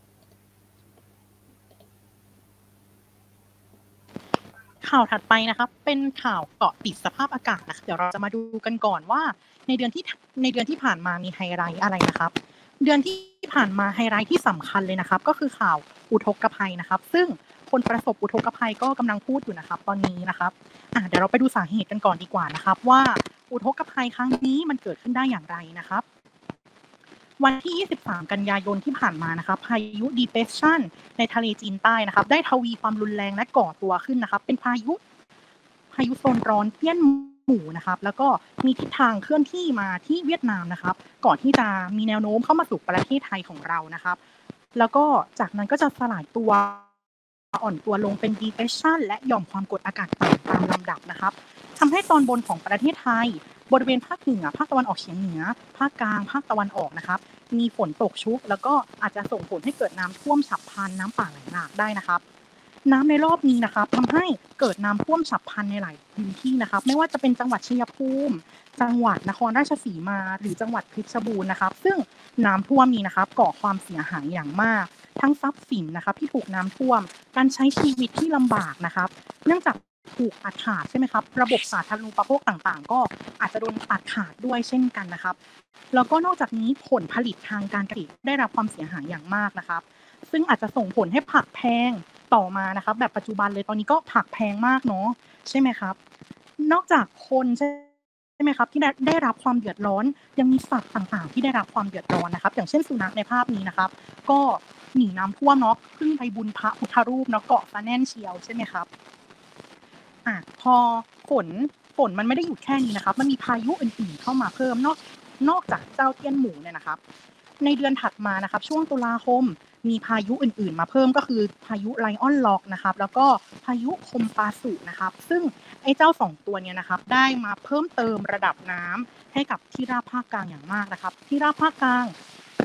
ข่าวถัดไปนะครับเป็นข่าวเกาะติดสภาพอากาศนะคะเดี๋ยวเราจะมาดูกันก่อนว่าในเดือนที่ผ่านมามีไฮไลท์อะไรนะครับเดือนที่ผ่านมาไฮไลท์ที่สำคัญเลยนะครับก็คือข่าวอุทกภัยนะครับซึ่งคนประสบอุทกภัยก็กำลังพูดอยู่นะครับตอนนี้นะครับเดี๋ยวเราไปดูสาเหตุกันก่อนดีกว่านะครับว่าอุทกภัยครั้งนี้มันเกิดขึ้นได้อย่างไรนะครับวันที่23กันยายนที่ผ่านมานะครับพายุ Depression ในทะเลจีนใต้นะครับได้ทวีความรุนแรงและก่อตัวขึ้นนะครับเป็นพายุโซนร้อนเตี้ยนหมู่นะครับแล้วก็มีทิศทางเคลื่อนที่มาที่เวียดนามนะครับก่อนที่จะมีแนวโน้มเข้ามาสู่ประเทศไทยของเรานะครับแล้วก็จากนั้นก็จะสลายตัวอ่อนตัวลงเป็น Depression และหย่อมความกดอากาศต่ำตามลำดับนะครับทำให้ตอนบนของประเทศไทยบริเวณภาคเหนือภาคตะวันออกเฉียงเหนือภาคกลางภาคตะวันออกนะครับมีฝนตกชุกแล้วก็อาจจะส่งผลให้เกิดน้ำท่วมฉับพลันน้ำป่าไหลหลากได้นะครับน้ำในรอบนี้นะครับทำให้เกิดน้ำท่วมฉับพลันในหลายพื้นที่นะครับไม่ว่าจะเป็นจังหวัดชัยภูมิจังหวัดนครราชสีมาหรือจังหวัดเพชรบูรณ์นะครับซึ่งน้ำท่วมนี้นะครับก่อความเสียหายอย่างมากทั้งทรัพย์สินนะครับที่ถูกน้ำท่วมการใช้ชีวิตที่ลำบากนะครับเนื่องจากถูกตัดขาดใช่ไหมครับระบบสาธารณูปโภคต่างๆก็อาจจะโดนตัดขาดด้วยเช่นกันนะครับแล้วก็นอกจากนี้ผลผลิตทางการเกษตรได้รับความเสียหายอย่างมากนะครับซึ่งอาจจะส่งผลให้ผักแพงต่อมานะครับแบบปัจจุบันเลยตอนนี้ก็ผักแพงมากเนาะใช่ไหมครับนอกจากคนใช่ไหมครับที่ได้รับความเดือดร้อนยังมีสัตว์ต่างๆที่ได้รับความเดือดร้อนนะครับอย่างเช่นสุนัขในภาพนี้นะครับก็หนีน้ำท่วมเนาะเพิ่งไปบุญพระพุทธรูปเนาะเกาะซะแน่นเชียวใช่ไหมครับพอฝนมันไม่ได้หยุดแค่นี้นะครับมันมีพายุอื่นๆเข้ามาเพิ่มนอกจากเจ้าเตี้ยนหมู่เนี่ยนะครับในเดือนถัดมานะครับช่วงตุลาคมมีพายุอื่นๆมาเพิ่มก็คือพายุไลออนล็อกนะครับแล้วก็พายุคมปาสุนะครับซึ่งไอ้เจ้า2ตัวเนี่ยนะครับได้มาเพิ่มเติมระดับน้ำให้กับที่ราบภาคกลางอย่างมากนะครับที่ราบภาคกลาง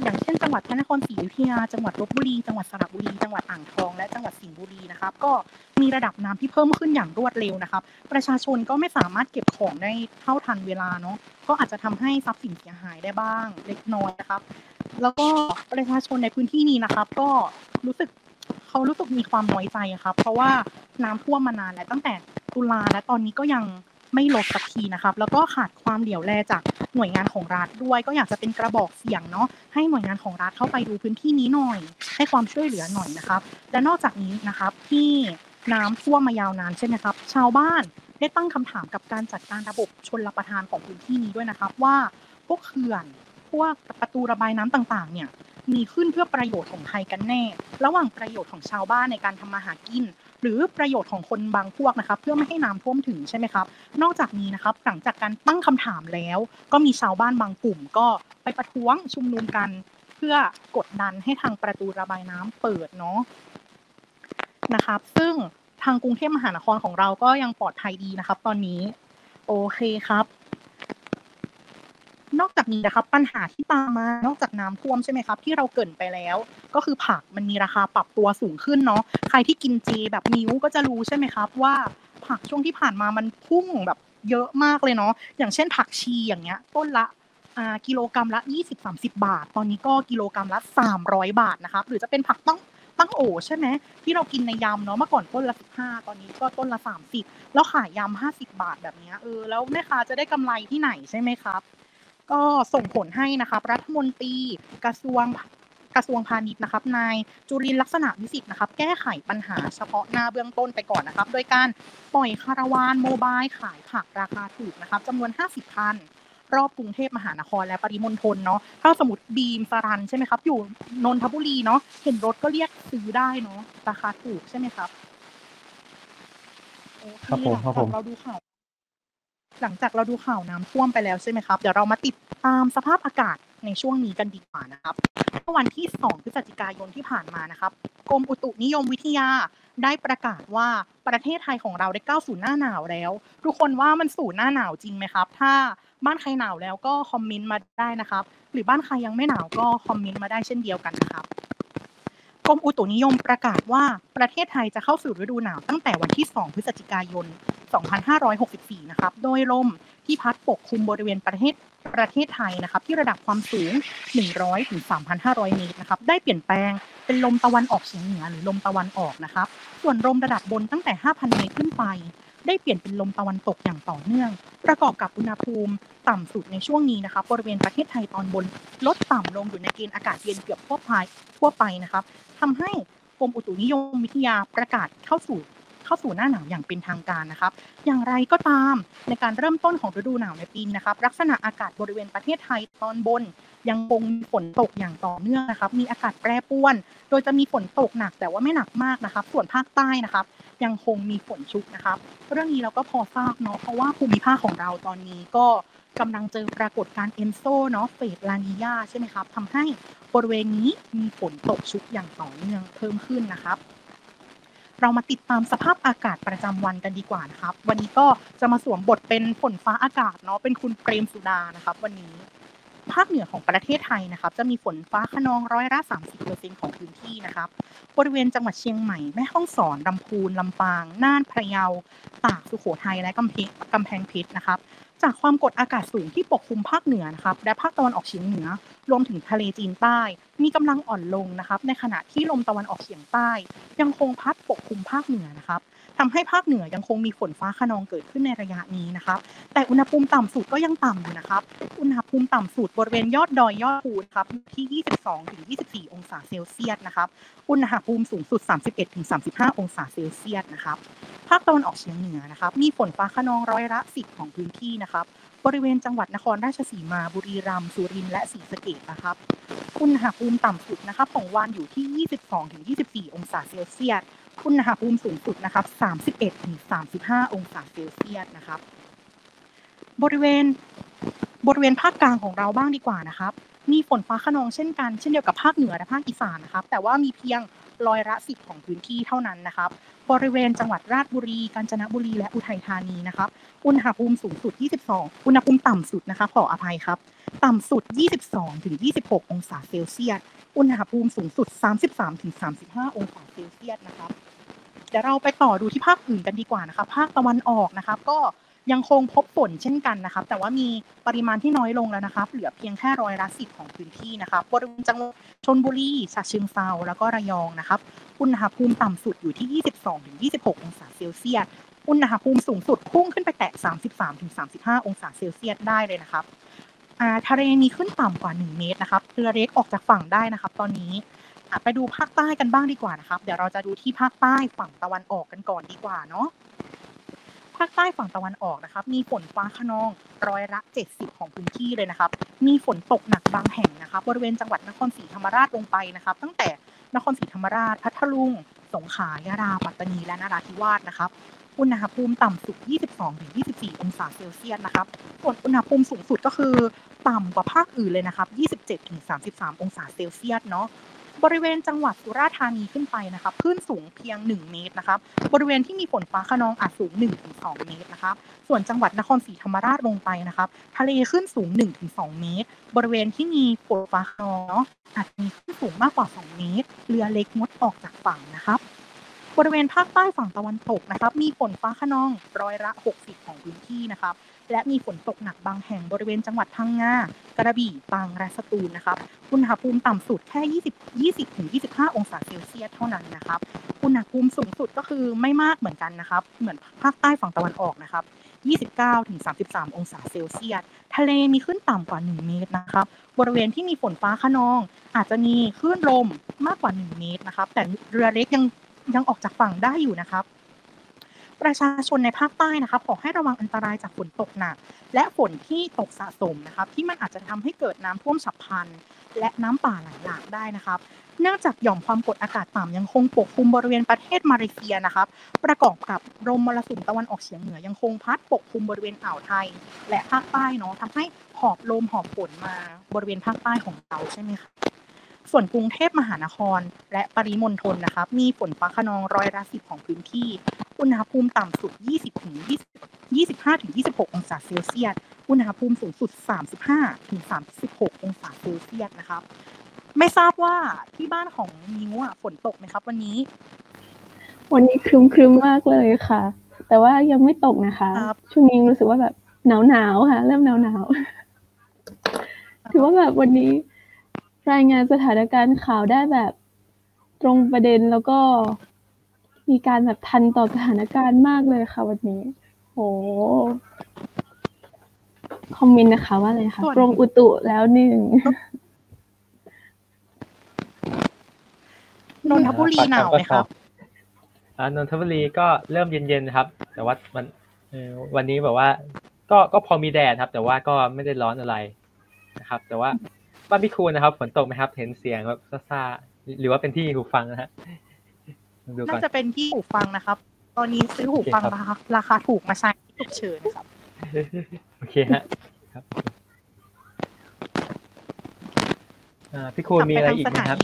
อย่างเช่นจังหวัดพระนครศรีอยุธยาจังหวัดลพบุรีจังหวัดสระบุรีจังหวัดอ่างทองและจังหวัดสิงห์บุรีนะครับก็มีระดับน้ำที่เพิ่มขึ้นอย่างรวดเร็วนะครับประชาชนก็ไม่สามารถเก็บของได้เท่าทันเวลาเนาะก็อาจจะทำให้ทรัพย์สินเสียหายได้บ้างเล็กน้อยนะครับแล้วก็ประชาชนในพื้นที่นี้นะครับก็รู้สึกมีความน้อยใจครับเพราะว่าน้ำท่วมมานานแล้วตั้งแต่ตุลาและตอนนี้ก็ยังไม่ลดสักทีนะครับแล้วก็ขาดความเหลียวแลจากหน่วยงานของรัฐด้วยก็อยากจะเป็นกระบอกเสียงเนาะให้หน่วยงานของรัฐเข้าไปดูพื้นที่นี้หน่อยให้ความช่วยเหลือหน่อยนะครับและนอกจากนี้นะครับที่น้ำท่วมมายาวนานใช่ไหมครับชาวบ้านได้ตั้งคำถามกับการจัดการระบบชลประทานของพื้นที่นี้ด้วยนะครับว่าพวกเขื่อนพวกประตูระบายน้ำต่างๆเนี่ยมีขึ้นเพื่อประโยชน์ของใครกันแน่ระหว่างประโยชน์ของชาวบ้านในการทำมาหากินหรือประโยชน์ของคนบางพวกนะครับเพื่อไม่ให้น้ำท่วมถึงใช่ไหมครับนอกจากนี้นะครับหลังจากการตั้งคำถามแล้วก็มีชาวบ้านบางกลุ่มก็ไปประท้วงชุมนุมกันเพื่อกดดันให้ทางประตูระบายน้ำเปิดเนาะนะครับซึ่งทางกรุงเทพมหานครของเราก็ยังปลอดภัยดีนะครับตอนนี้โอเคครับนอกจากนี้นะครับปัญหาที่ตามมานอกจากน้ำท่วมใช่ไหมครับที่เราเกริ่นไปแล้วก็คือผักมันมีราคาปรับตัวสูงขึ้นเนาะใครที่กินเจแบบนิ้วก็จะรู้ใช่ไหมครับว่าผักช่วงที่ผ่านมามันพุ่งแบบเยอะมากเลยเนาะอย่างเช่นผักชีอย่างเงี้ยต้นละกิโลกรัมละ 20-30 บาทตอนนี้ก็กิโลกรัมละ300 บาทนะครับหรือจะเป็นผักตั้งโอใช่ไหมที่เรากินในยำเนาะเมื่อก่อนต้นละ15ตอนนี้ก็ต้นละ30แล้วขายยำ50 บาทแบบนี้แล้วแม่ค้าจะได้กำไรที่ไหนใช่ไหมครับก็ส่งผลให้นะครับรัฐมนตรีกระทรวงพาณิชย์นะครับนายจุรินทร์ลักษณะวิสิทธิ์นะครับแก้ไขปัญหาเฉพาะหน้าเบื้องต้นไปก่อนนะครับโดยการปล่อยคาราวานโมบายขายผักราคาถูกนะครับจำนวน50 คันรอบกรุงเทพมหานครและปริมณฑลเนาะถ้าสมมติบีมสรัญใช่ไหมครับอยู่นนทบุรีเนาะเห็นรถก็เรียกซื้อได้เนาะราคาถูกใช่ไหมครับโอเคหลังจากเราดูข่าวน้ำท่วมไปแล้วใช่ไหมครับเดี๋ยวเรามาติดตามสภาพอากาศในช่วงนี้กันดีกว่านะครับเมื่อวันที่2พฤศจิกายนที่ผ่านมานะครับกรมอุตุนิยมวิทยาได้ประกาศว่าประเทศไทยของเราได้ก้าวสู่หน้าหนาวแล้วทุกคนว่ามันสู่หน้าหนาวจริงไหมครับถ้าบ้านใครหนาวแล้วก็คอมเมนต์มาได้นะครับหรือบ้านใครยังไม่หนาวก็คอมเมนต์มาได้เช่นเดียวกันนะครับกรมอุตุนิยมประกาศว่าประเทศไทยจะเข้าสู่ฤดูหนาวตั้งแต่วันที่2พฤศจิกายน2564นะครับโดยลมที่พัดปกคลุมบริเวณประเทศไทยนะครับที่ระดับความสูง100 ถึง 3,500 เมตรนะครับได้เปลี่ยนแปลงเป็นลมตะวันออกเฉียงเหนือหรือลมตะวันออกนะครับส่วนลมระดับบนตั้งแต่ 5,000 เมตรขึ้นไปได้เปลี่ยนเป็นลมตะวันตกอย่างต่อเนื่องประกอบกับอุณหภูมิต่ำสุดในช่วงนี้นะครับบริเวณประเทศไทยตอนบนลดต่ำลงอยู่ในเกณฑ์อากาศเย็นเกือบทั่วไปนะครับทำให้กรมอุตุนิยมวิทยาประกาศเข้าสู่หน้าหนาวอย่างเป็นทางการนะครับอย่างไรก็ตามในการเริ่มต้นของฤดูหนาวในปีนี้นะครับลักษณะอากาศบริเวณประเทศไทยตอนบนยังคงมีฝนตกอย่างต่อเนื่องนะครับมีอากาศแปรปรวนโดยจะมีฝนตกหนักแต่ว่าไม่หนักมากนะครับส่วนภาคใต้นะครับยังคงมีฝนชุกนะครับเรื่องนี้เราก็พอทราบเนาะเพราะว่าภูมิภาคของเราตอนนี้ก็กำลังเจอปรากฏการณ์เอนโซเนาะเฟสลานีญาใช่ไหมครับทำให้บริเวณนี้มีฝนตกชุกอย่างต่อเนื่องเพิ่มขึ้นนะครับเรามาติดตามสภาพอากาศประจำวันกันดีกว่านะครับวันนี้ก็จะมาสวมบทเป็นฝนฟ้าอากาศเนาะเป็นคุณเปรมสุดานะครับวันนี้ภาคเหนือของประเทศไทยนะครับจะมีฝนฟ้าคะนอง30%ของพื้นที่นะครับบริเวณจังหวัดเชียงใหม่แม่ฮ่องสอนลำพูนลำปางน่านพะเยาตากสุโขทัยและกำแพงเพชรนะครับจากความกดอากาศสูงที่ปกคลุมภาคเหนือนะครับและภาคตะวันออกเฉียงเหนือรวมถึงทะเลจีนใต้มีกำลังอ่อนลงนะครับในขณะที่ลมตะวันออกเฉียงใต้ยังคงพัดปกคลุมภาคเหนือนะครับทำให้ภาคเหนือยังคงมีฝนฟ้าคะนองเกิดขึ้นในระยะนี้นะครับแต่อุณหภูมิต่ำสุดก็ยังต่ำอยู่นะครับอุณหภูมิต่ำสุดบริเวณยอดดอยยอดภูครับที่22-24 องศาเซลเซียสนะครับอุณหภูมิสูงสุด 31-35 องศาเซลเซียสนะครับภาคตะวันออกเฉียงเหนือนะครับมีฝนฟ้าคะนอง10%ของพื้นที่นะครับบริเวณจังหวัดนครราชสีมาบุรีรัมย์สุรินทร์และศรีสะเกษนะครับอุณหภูมิต่ำสุดนะครับของวันอยู่ที่ 22-24 องศาเซลเซียสอุณหภูมิสูงสุดนะครับ 31-35 องศาเซลเซียสนะครับบริเวณภาคกลางของเราบ้างดีกว่านะครับมีฝนฟ้าคะนองเช่นเดียวกับภาคเหนือและภาคอีสานนะครับแต่ว่ามีเพียง10%ของพื้นที่เท่านั้นนะครับบริเวณจังหวัดราชบุรีกาญจนบุรีและอุทัยธานีนะครับอุณหภูมิสูงสุด22อุณหภูมิต่ำสุดนะคะขออภัยครับต่ต่ำสุด 22-26 องศาเซลเซียสอุณหภูมิสูงสุด 33-35 องศาเซลเซียสนะครับเดี๋ยวเราไปต่อดูที่ภาคอื่นกันดีกว่านะครับภาคตะวันออกนะครับก็ยังคงพบฝนเช่นกันนะครับแต่ว่ามีปริมาณที่น้อยลงแล้วนะครับเหลือเพียงแค่10%ของพื้นที่นะครับบริเวณจังหวัดชลบุรีฉะเชิงเทราแล้วก็ระยองนะครับอุณหภูมิต่ำสุดอยู่ที่ 22-26 องศาเซลเซียสอุณหภูมิสูงสุดพุ่งขึ้นไปแตะ 33-35 องศาเซลเซียสได้เลยนะครับทะเลมีขึ้นต่ำกว่า1 เมตรนะครับเรือเล็กออกจากฝั่งได้นะครับตอนนี้ไปดูภาคใต้กันบ้างดีกว่านะครับเดี๋ยวเราจะดูที่ภาคใต้ฝั่งตะวันออกกันก่อนดีกว่าเนาะภาคใต้ฝั่งตะวันออกนะครับมีฝนฟ้าคะนอง70%ของพื้นที่เลยนะครับมีฝนตกหนักบางแห่งนะครับบริเวณจังหวัดนครศรีธรรมราชลงไปนะครับตั้งแต่นครศรีธรรมราชพัทลุงสงขลายะลาปัตตานีและนราธิวาสนะครับอุณหภูมิต่ำสุด 22-24 องศาเซลเซียสนะครับส่วนอุณหภูมิสูงสุดก็คือต่ำกว่าภาคอื่นเลยนะครับ 27-33 องศาเซลเซียสเนาะบริเวณจังหวัดสุราษฎร์ธานีขึ้นไปนะครับคลื่นสูงเพียง1 เมตรนะครับบริเวณที่มีฝนฟ้าคะนองอาจสูง 1-2 เมตรนะครับส่วนจังหวัดนครศรีธรรมราชลงไปนะครับทะเลคลื่นสูง 1-2 เมตรบริเวณที่มีฝนฟ้าคะนองเนาะอาจมีคลื่นสูงมากกว่า2 เมตรเรือเล็กงดออกจากฝั่งนะครับบริเวณภาคใต้ฝั่งตะวันตกนะครับมีฝนฟ้าคะนอง60%ของพื้นที่นะครับและมีฝนตกหนักบางแห่งบริเวณจังหวัดพังงากระบี่ตรังและสตูลนะครับอุณหภูมิต่ำสุดแค่20-25 องศาเซลเซียสเท่านั้นนะครับอุณหภูมิสูงสุดก็คือไม่มากเหมือนกันนะครับเหมือนภาคใต้ฝั่งตะวันออกนะครับ29-33 องศาเซลเซียสทะเลมีคลื่นต่ำกว่า1 เมตรนะครับบริเวณที่มีฝนฟ้าคะนองอาจจะมีคลื่นลมมากกว่า1 เมตรนะครับแต่เรือเล็กยังออกจากฝั่งได้อยู่นะครับประชาชนในภาคใต้นะครับขอให้ระวังอันตรายจากฝนตกหนักและฝนที่ตกสะสมนะครับที่มันอาจจะทำให้เกิดน้ำท่วมฉับพลันและน้ำป่าไหลหลากได้นะครับเนื่องจากหย่อมความกดอากาศต่ำยังคงปกคลุมบริเวณประเทศมาเลเซียนะครับประกอบกับลมมรสุมตะวันออกเฉียงเหนือยังคงพัดปกคลุมบริเวณอ่าวไทยและภาคใต้เนาะทำให้หอบลมหอบฝนมาบริเวณภาคใต้ของเราใช่ไหมคะส่วนกรุงเทพมหานครและปริมณฑลนะครับมีฝนฟ้าคะนอง10%ของพื้นที่อุณหภูมิต่ำสุด 25-26 องศาเซลเซียสอุณหภูมิสูงสุด 35-36 องศาเซลเซียสนะครับไม่ทราบว่าที่บ้านของนิ้วฝนตกไหมครับวันนี้ครึ้มมากเลยค่ะแต่ว่ายังไม่ตกนะคะช่วงนี้รู้สึกว่าแบบหนาวค่ะเริ่มหนาวถือว่าแบบวันนี้รายงานสถานการณ์ข่าวได้แบบตรงประเด็นแล้วก็มีการแบบทันต่อสถานการณ์มากเลยค่ะวันนี้โอ้คอมเมนต์นะคะว่าอะไรคะกรมอุตุแล้ว1 นนทบุรีหนาวไหมครับนนทบุรีก็เริ่มเย็นๆครับแต่ว่าวันนี้แบบว่าก็พอมีแดดครับแต่ว่าก็ไม่ได้ร้อนอะไรนะครับแต่ว่าบ้านพี่คูณนะครับฝนตกไหมครับเห็นเสียงแบบซ่าๆหรือว่าเป็นที่หูฟังนะฮะน่าจะเป็นที่หูฟังนะครับตอนนี้ซื้อหูฟังราคาถูกมาใช้ฉุกเฉินนะครับโอเคฮะครับพี่คูณมีอะไรอีกไหมครับ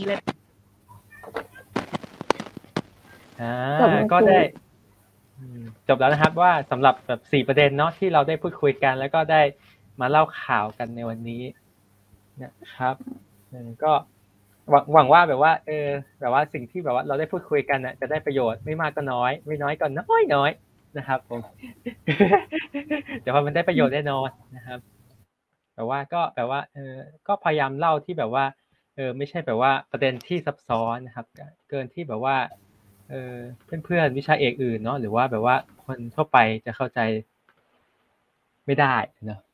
ก็ได้จบแล้วนะครับว่าสำหรับแบบ4ประเด็นเนาะที่เราได้พูดคุยกันแล้วก็ได้มาเล่าข่าวกันในวันนี้นะครับก็หวังว่าแบบว่าแบบว่าสิ่งที่แบบว่าเราได้พูดคุยกันจะได้ประโยชน์ไม่มากก็น้อยไม่น้อยก็น้อยนะครับผมแต่ว่ามันได้ประโยชน์แน่นอนนะครับแต่ว่าก็แบบว่าก็พยายามเล่าที่แบบว่าไม่ใช่แบบว่าประเด็นที่ซับซ้อนนะครับเกินที่แบบว่าเพื่อนวิชาเอกอื่นเนาะหรือว่าแบบว่าคนทั่วไปจะเข้าใจไม่ได้เนาะ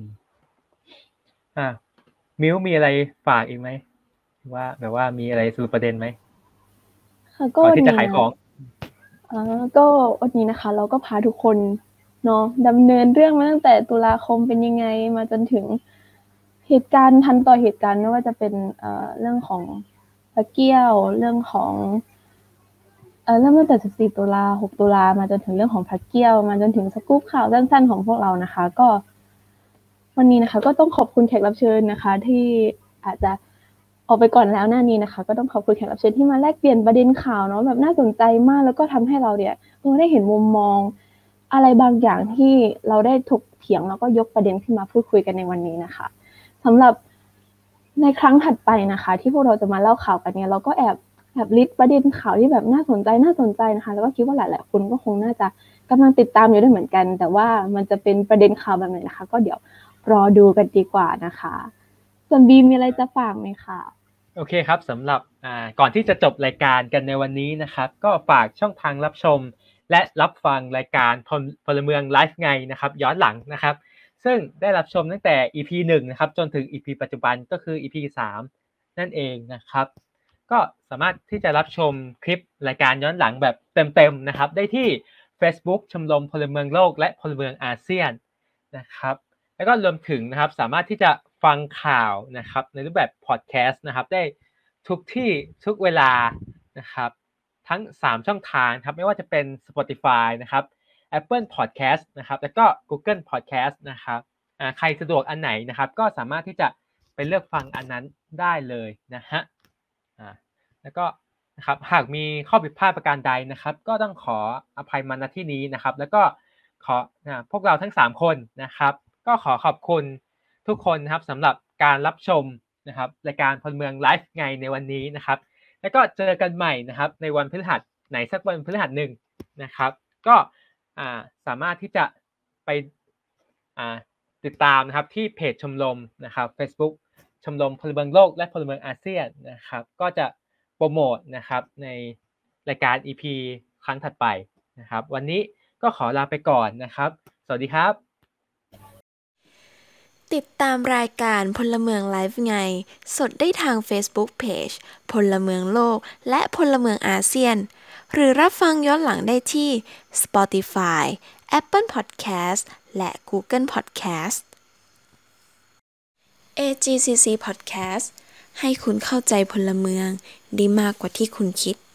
มิ้วมีอะไรฝากอีกไหมว่าแบบว่ามีอะไรสรุปประเด็นไหมค่ะก็ที่จะขายของก็วันนี้นะคะเราก็พาทุกคนเนาะดำเนินเรื่องมาตั้งแต่ตุลาคมเป็นยังไงมาจนถึงเหตุการณ์ทันต่อเหตุการณ์ไม่ว่าจะเป็นเรื่องของพระเกี้ยวเรื่องของเริ่มตั้งแต่14ตุลา6ตุลามาจนถึงเรื่องของพระเกี้ยวมาจนถึงสกู๊ปข่าวสั้นๆของพวกเรานะคะก็วันนี้นะคะก็ต้องขอบคุณแขกรับเชิญนะคะที่อาจจะออกไปก่อนแล้วหน้านี้นะคะก็ต้องขอบคุณแขกรับเชิญที่มาแลกเปลี่ยนประเด็นข่าวเนาะแบบน่าสนใจมากแล้วก็ทำให้เราเนี่ยได้เห็นมุมมองอะไรบางอย่างที่เราได้ถกเถียงแล้วก็ยกประเด็นขึ้นมาพูดคุยกันในวันนี้นะคะสสำหรับในครั้งถัดไปนะคะที่พวกเราจะมาเล่าข่าวกันเนี่ยเราก็แอบลิสต์ประเด็นข่าวที่แบบน่าสนใจนะคะแล้วก็คิดว่าหลายๆคนก็คงน่าจะกำลังติดตามอยู่ด้วยเหมือนกันแต่ว่ามันจะเป็นประเด็นข่าวแบบไหนนะคะก็เดี๋ยวรอดูกันดีกว่านะคะส่วนบีมีอะไรจะฝากไหมคะโอเคครับสำหรับก่อนที่จะจบรายการกันในวันนี้นะครับก็ฝากช่องทางรับชมและรับฟังรายการพลเมืองไลฟ์ไงนะครับย้อนหลังนะครับซึ่งได้รับชมตั้งแต่ EP 1นะครับจนถึง EP ปัจจุบันก็คือ EP 3นั่นเองนะครับก็สามารถที่จะรับชมคลิปรายการย้อนหลังแบบเต็มๆนะครับได้ที่ Facebook ชมรมพลเมืองโลกและพลเมืองอาเซียนนะครับแล้วก็รวมถึงนะครับสามารถที่จะฟังข่าวนะครับในรูปแบบพอดแคสต์นะครับได้ทุกที่ทุกเวลานะครับทั้ง3ช่องทางครับไม่ว่าจะเป็น Spotify นะครับ Apple Podcast นะครับแล้วก็ Google Podcast นะครับใครสะดวกอันไหนนะครับก็สามารถที่จะไปเลือกฟังอันนั้นได้เลยนะฮะแล้วก็นะครับหากมีข้อผิดพลาดประการใดนะครับก็ต้องขออภัยมาณที่นี้นะครับแล้วก็ขอพวกเราทั้ง3คนนะครับก็ขอขอบคุณทุกคนนะครับสำหรับการรับชมนะครับรายการพลเมืองไลฟ์ไงในวันนี้นะครับแล้วก็เจอกันใหม่นะครับในวันพฤหัสไหนสักวันพฤหัสหนึ่งนะครับก็สามารถที่จะไปติดตามนะครับที่เพจชมรมนะครับ Facebook ชมรมพลเมืองโลกและพลเมืองอาเซียนนะครับก็จะโปรโมทนะครับในรายการ EP ครั้งถัดไปนะครับวันนี้ก็ขอลาไปก่อนนะครับสวัสดีครับติดตามรายการพลเมืองไลฟ์ไงสดได้ทาง Facebook Page พลเมืองโลกและพลเมืองอาเซียนหรือรับฟังย้อนหลังได้ที่ Spotify, Apple Podcast และ Google Podcast AGCC Podcast ให้คุณเข้าใจพลเมืองได้มากกว่าที่คุณคิด